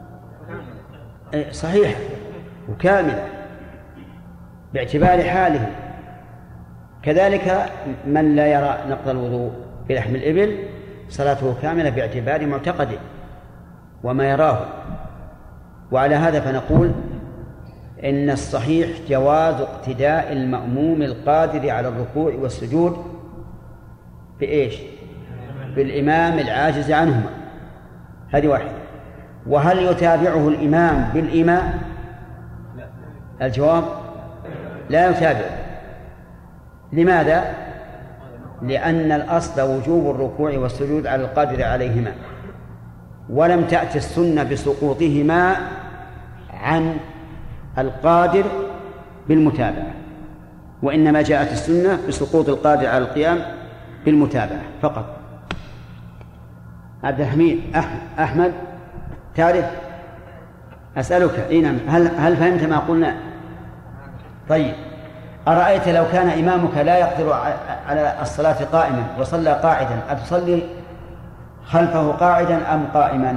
صحيحة وكاملة باعتبار حاله. كذلك من لا يرى نقض الوضوء بلحم الإبل صلاته كاملة باعتبار معتقده وما يراه. وعلى هذا فنقول إن الصحيح جواز اقتداء المأموم القادر على الركوع والسجود بإيش؟ بالإمام العاجز عنهما. هذه واحدة. وهل يتابعه الإمام بالإيماء؟ الجواب لا يتابع. لماذا؟ لأن الأصل وجوب الركوع والسجود على القادر عليهما، ولم تأتي السنة بسقوطهما عن القادر بالمتابعة، وإنما جاءت السنة بسقوط القادر على القيام بالمتابعة فقط. عبد الحميد أحمد تعرف؟ أسألك نعم، هل فهمت ما قلنا؟ طيب، أرأيت لو كان إمامك لا يقدر على الصلاة قائما وصلى قاعدا، أتصلي خلفه قاعدا أم قائما؟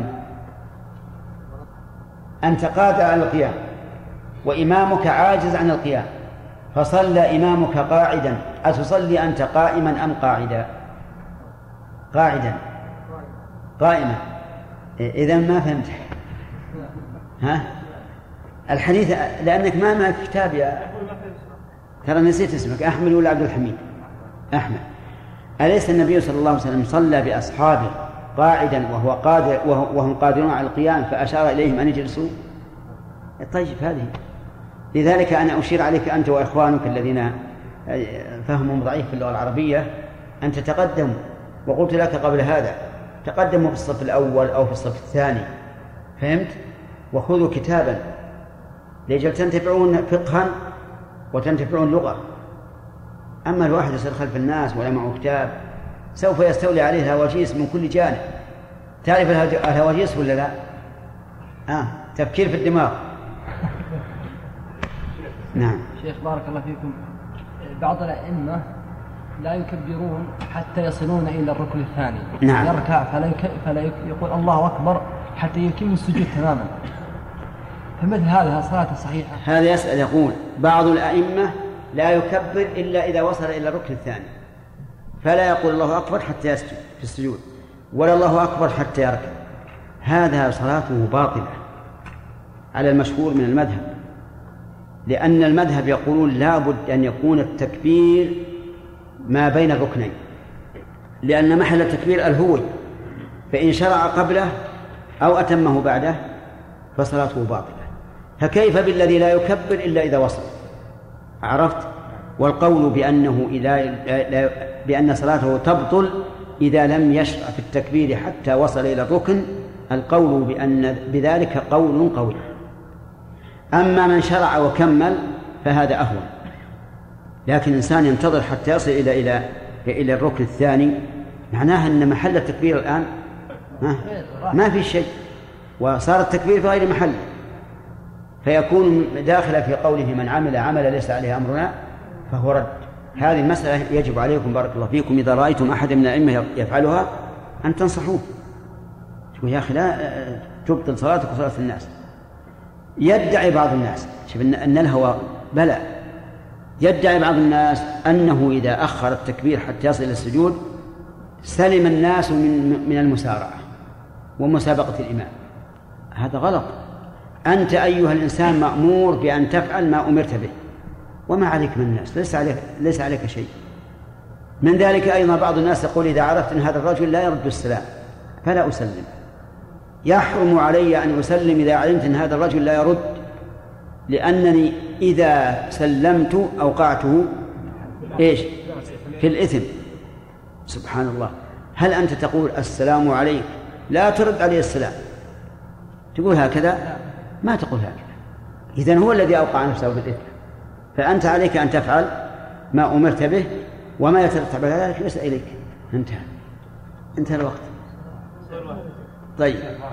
أنت قادر على القيام وإمامك عاجز عن القيام، فصلى إمامك قاعدا، أتصلي أنت قائما أم قاعدا؟ قاعدا. قائما. إذن ما فهمت. ها؟ الحديث لأنك ما معك كتاب يا ترى نسيت اسمك أحمد ولا عبد الحميد؟ أحمد. أليس النبي صلى الله عليه وسلم صلى بأصحابه قاعدا وهو قادر وهم قادرون على القيام فأشار إليهم أن يجلسوا؟ طيب هذه. لذلك أنا أشير عليك أنت وإخوانك الذين فهمهم ضعيف في اللغة العربية أن تتقدموا، وقلت لك قبل هذا تقدموا في الصف الأول أو في الصف الثاني، فهمت؟ وخذوا كتابا لأجل تنتفعون فقها وتنتفعون لغة. أما الواحد يصير خلف الناس ولا معه كتاب سوف يستولي عليه الهواجيس من كل جانب. تعرف الهواجيس ولا لا؟ تفكير في الدماغ. نعم. شيخ بارك الله فيكم، بعض الأئمة لا يكبرون حتى يصلون إلى الركن الثاني. نعم. يركع فلا يقول الله أكبر حتى يتم السجود تماما. فمثل هذا صلاة صحيحة. هذا يسأل يقول بعض الأئمة لا يكبر إلا إذا وصل إلى الركن الثاني، فلا يقول الله أكبر حتى يسجد في السجود، ولا الله أكبر حتى يركع. هذا صلاته باطلة على المشهور من المذهب، لأن المذهب يقولون لا بد أن يكون التكبير ما بين الركنين، لأن محل التكبير الهوي، فإن شرع قبله أو أتمه بعده فصلاته باطلة. فكيف بالذي لا يكبر إلا إذا وصل؟ عرفت؟ والقول بأن صلاته تبطل إذا لم يشرع في التكبير حتى وصل إلى الركن، القول بذلك قول قوي. أما من شرع وكمل فهذا أهون، لكن الإنسان ينتظر حتى يصل إلى الركن الثاني، معناها أن محل التكبير الآن ما في شيء، وصار التكبير في غير محله، فيكون داخل في قوله من عمل عملا ليس عليه أمرنا فهو رد. هذه المسألة يجب عليكم بارك الله فيكم إذا رأيتم أحد من الأئمة يفعلها أن تنصحوه، تقول يا أخي لا تبطل صلاتك وصلاة الناس. يدعي بعض الناس شوف أن الهوى بلى، يدعي بعض الناس أنه إذا أخر التكبير حتى يصل إلى السجود سلم الناس من المسارعة ومسابقة الإمام. هذا غلط. أنت أيها الإنسان مأمور بأن تفعل ما أمرت به، وما عليك من الناس، ليس عليك شيء. من ذلك أيضا بعض الناس يقول إذا عرفت أن هذا الرجل لا يرد السلام فلا أسلم، يحرم علي أن أسلم إذا علمت أن هذا الرجل لا يرد، لأنني إذا سلمت أوقعته في الإثم. سبحان الله. هل أنت تقول السلام عليك لا ترد عليه السلام، تقول هكذا؟ ما تقول هكذا. إذن هو الذي أوقع نفسه بالإثم، فأنت عليك أن تفعل ما أمرت به، وما يترتب على ذلك ليس إليك. انتهى الوقت. طيب.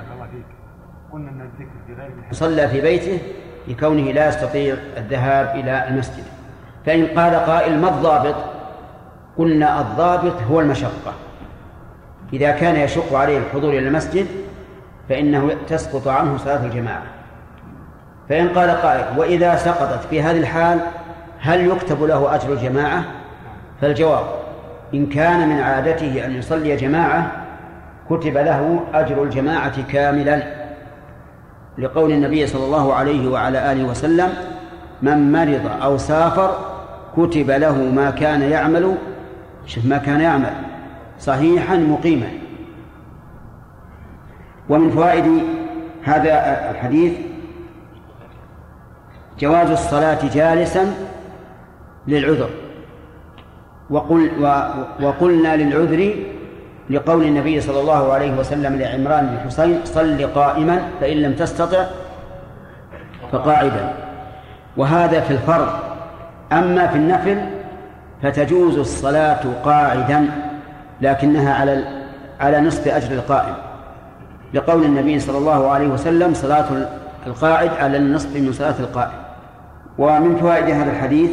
صلى في بيته لكونه لا يستطيع الذهاب إلى المسجد. فإن قال قائل ما الضابط؟ قلنا الضابط هو المشقة. إذا كان يشق عليه الحضور إلى المسجد فإنه تسقط عنه صلاة الجماعة. فإن قال قائل وإذا سقطت في هذه الحال هل يكتب له أجر الجماعة؟ فالجواب إن كان من عادته أن يصلي جماعة كتب له أجر الجماعة كاملا، لقول النبي صلى الله عليه وعلى آله وسلم من مرض أو سافر كتب له ما كان يعمل صحيحا مقيما. ومن فوائد هذا الحديث جواز الصلاة جالسا للعذر، وقلنا للعذر لقول النبي صلى الله عليه وسلم لعمران بن حسين صل قائما فإن لم تستطع فقاعدا، وهذا في الفرض. أما في النفل فتجوز الصلاة قاعدا لكنها على نصف أجر القائم، لقول النبي صلى الله عليه وسلم صلاة القاعد على النصف من صلاة القائم. ومن فوائد هذا الحديث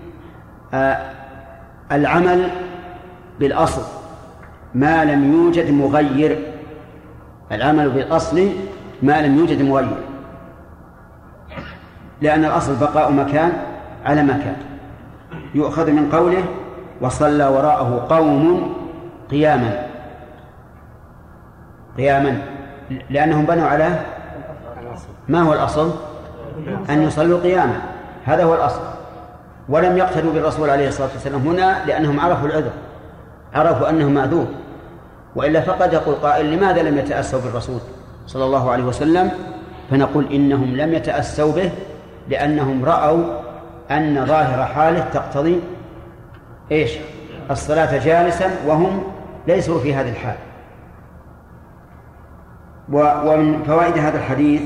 العمل بالأصل ما لم يوجد مغير، العمل بالأصل ما لم يوجد مغير، لأن الأصل بقاء مكان على مكان. يؤخذ من قوله وصلى وراءه قوم قياما لأنهم بنوا على ما هو الأصل؟ أن يصلوا قياما، هذا هو الأصل. ولم يقتدوا بالرسول عليه الصلاة والسلام هنا لأنهم عرفوا العذر، عرفوا أنه معذور، وإلا فقد يقول قائل لماذا لم يتأسوا بالرسول صلى الله عليه وسلم؟ فنقول إنهم لم يتأسوا به لأنهم رأوا أن ظاهر حاله تقتضي الصلاة جالسا وهم ليسوا في هذه الحال. ومن فوائد هذا الحديث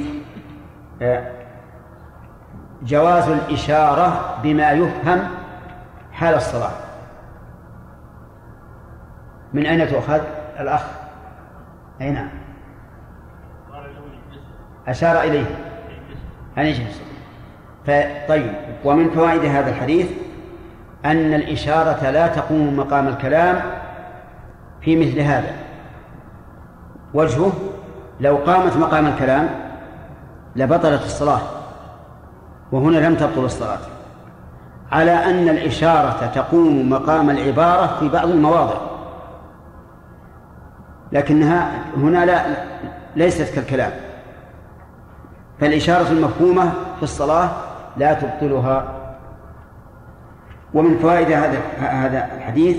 جواز الإشارة بما يفهم حال الصلاة. من أين تؤخذ الأخ؟ أي نعم، أشار إليه أن يجلس. طيب. ومن فوائد هذا الحديث أن الإشارة لا تقوم مقام الكلام في مثل هذا. وجهه لو قامت مقام الكلام لبطلت الصلاة، وهنا لم تبطل الصلاة، على أن الإشارة تقوم مقام العبارة في بعض المواضع، لكنها هنا ليست كالكلام. فالإشارة المفهومة في الصلاة لا تبطلها. ومن فوائد هذا الحديث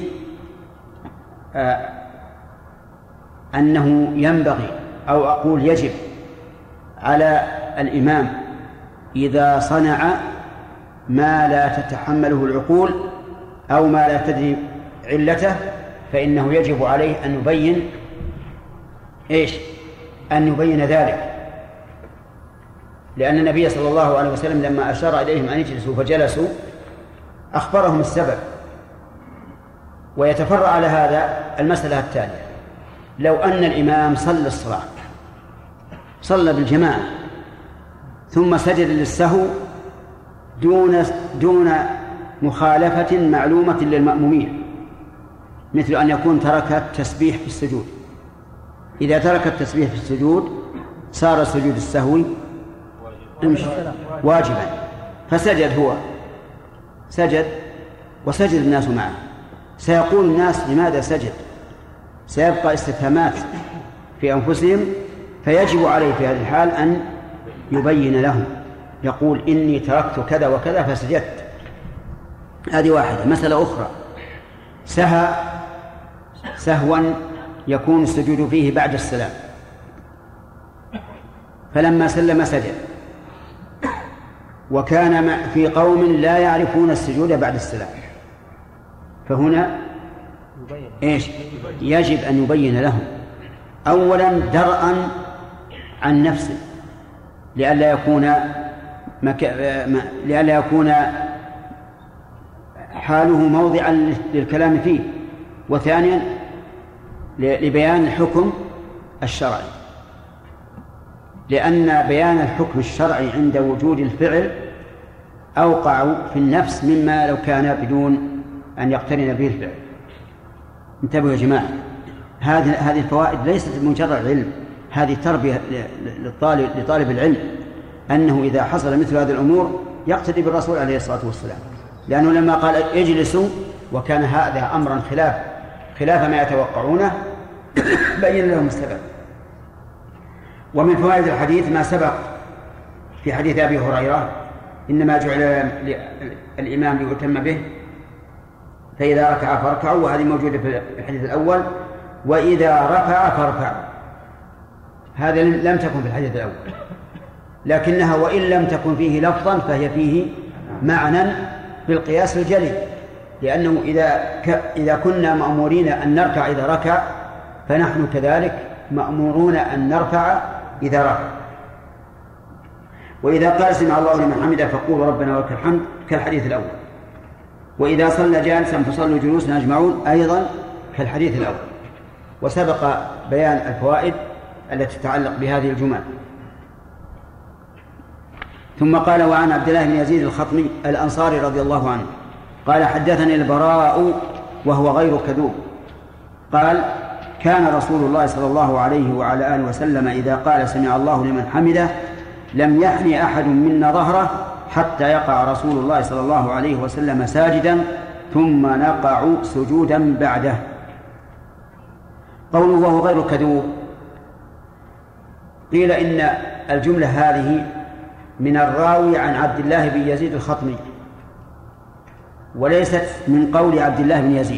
أنه ينبغي أو أقول يجب على الإمام إذا صنع ما لا تتحمله العقول أو ما لا تدري علته فإنه يجب عليه أن يبين أن يبين ذلك، لأن النبي صلى الله عليه وسلم لما أشار إليهم أن يجلسوا فجلسوا أخبرهم السبب. ويتفرع على هذا المسألة التالية: لو أن الإمام صلى الصلاة، صلى بالجماعة، ثم سجد للسهو دون مخالفة معلومة للمأمومين، مثل أن يكون ترك التسبيح في السجود. إذا ترك التسبيح في السجود صار سجود السهو واجبا، فسجد هو، سجد وسجد الناس معه. سيقول الناس لماذا سجد؟ سيبقى استفهامات في أنفسهم، فيجب عليه في هذه الحال أن يبين لهم، يقول إني تركت كذا وكذا فسجدت. هذه واحدة. مسألة أخرى: سهوا يكون السجود فيه بعد السلام، فلما سلم سجد، وكان في قوم لا يعرفون السجود بعد السلام، فهنا يجب أن يبين لهم أولا درءا عن نفسه لئلا يكون حاله موضعا للكلام فيه، وثانيا لبيان الحكم الشرعي، لأن بيان الحكم الشرعي عند وجود الفعل أوقع في النفس مما لو كان بدون أن يقترن به الفعل. انتبهوا يا جماعة، هذه الفوائد ليست مجرد علم، هذه تربية لطالب العلم، أنه إذا حصل مثل هذه الأمور يقتدي بالرسول عليه الصلاة والسلام، لأنه لما قال اجلسوا وكان هذا أمرا خلاف ما يتوقعونه بين لهم السبب. ومن فوائد الحديث ما سبق في حديث أبي هريرة: إنما جعل الإمام ليؤتم به، فإذا ركع فاركعوا، وهذه موجودة في الحديث الأول، وإذا رفع فارفعوا. هذا لم تكن في الحديث الأول، لكنها وإن لم تكن فيه لفظا فهي فيه معنى بالقياس الجلي، لأنه إذا كنا مأمورين أن نركع إذا ركع، فنحن كذلك مأمورون أن نرفع إذا رفع. وإذا قال سمع الله لمن حمده فقولوا ربنا ولك الحمد كالحديث الأول. وإذا صلى جالسا فصلوا جلوسا أجمعون أيضا كالحديث الأول. وسبق بيان الفوائد التي تتعلق بهذه الجمل. ثم قال: وعن عبد الله بن يزيد الخطمي الأنصاري رضي الله عنه قال: حدثني البراء وهو غير كذوب قال: كان رسول الله صلى الله عليه وعلى آله وسلم إذا قال سمع الله لمن حمده لم يحن أحد منا ظهره حتى يقع رسول الله صلى الله عليه وسلم ساجدا ثم نقع سجودا بعده. قوله وهو غير كذوب، قيل إن الجملة هذه من الراوي عن عبد الله بن يزيد الخطمي، وليست من قول عبد الله بن يزيد،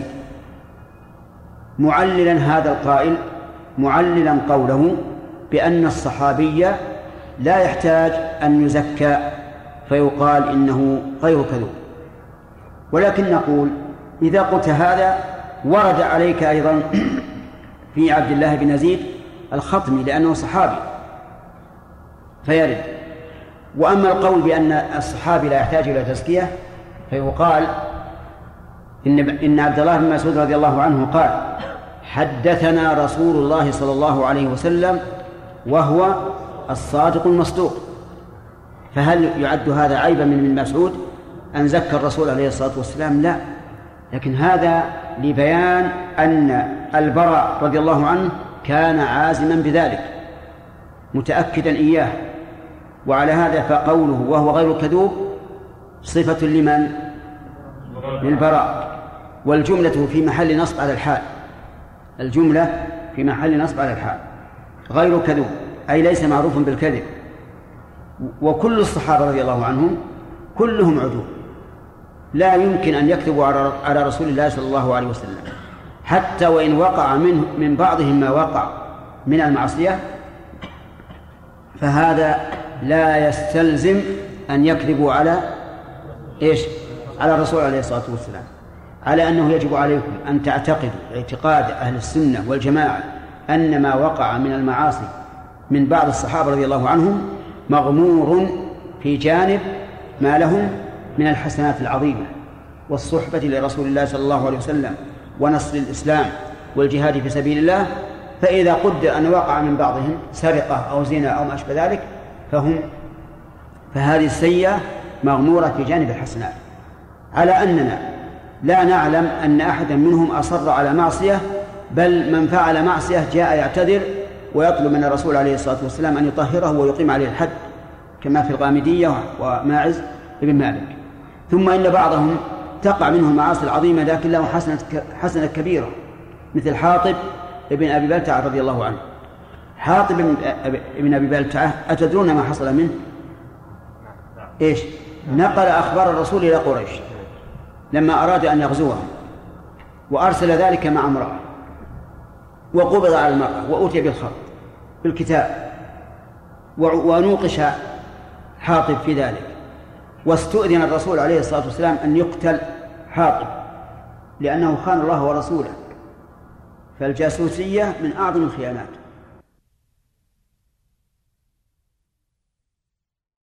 معللا هذا القائل معللا قوله بأن الصحابي لا يحتاج أن يزكى فيقال إنه غير كذوب. ولكن نقول إذا قلت هذا ورد عليك أيضا في عبد الله بن يزيد الخطمي لأنه صحابي فيرد. وأما القول بأن الصحابي لا يحتاج إلى تزكية فيقال إن عبد الله بن مسعود رضي الله عنه قال: حدثنا رسول الله صلى الله عليه وسلم وهو الصادق المصدوق. فهل يعد هذا عيبا من مسعود أن زكى الرسول عليه الصلاة والسلام؟ لا، لكن هذا لبيان أن البراء رضي الله عنه كان عازما بذلك متأكدا إياه. وعلى هذا فقوله وهو غير كذوب صفة لمن؟ للبراء، والجملة في محل نصب على الحال، الجملة في محل نصب على الحال. غير كذوب أي ليس معروف بالكذب. وكل الصحابة رضي الله عنهم كلهم عدول، لا يمكن أن يكذبوا على رسول الله صلى الله عليه وسلم، حتى وإن وقع من بعضهم ما وقع من المعصية، فهذا لا يستلزم أن يكذبوا على على الرسول عليه الصلاة والسلام. على أنه يجب عليكم أن تعتقدوا اعتقاد أهل السنة والجماعة أن ما وقع من المعاصي من بعض الصحابة رضي الله عنهم مغمور في جانب ما لهم من الحسنات العظيمة والصحبة لرسول الله صلى الله عليه وسلم ونصر الإسلام والجهاد في سبيل الله. فإذا قدر أن وقع من بعضهم سرقة أو زنا أو ما أشبه ذلك فهذه السيئة مغمورة في جانب الحسنات، على أننا لا نعلم أن أحدا منهم أصر على معصية، بل من فعل معصية جاء يعتذر ويطلب من الرسول عليه الصلاة والسلام أن يطهره ويقيم عليه الحد، كما في الغامدية وماعز بن مالك. ثم إن بعضهم تقع منه المعاصي العظيمة لكن له حسنة كبيرة، مثل حاطب ابن أبي بلتعة رضي الله عنه. حاطب ابن أبي بلتعة أتدرون ما حصل منه؟ نقل أخبار الرسول إلى قريش لما أراد أن يغزوهم، وأرسل ذلك مع امرأة، وقبض على المرأة وأتي بالخط بالكتاب، ونوقش حاطب في ذلك، واستؤذن الرسول عليه الصلاة والسلام أن يقتل حاطب لأنه خان الله ورسوله. فالجاسوسية من أعظم الخيانات،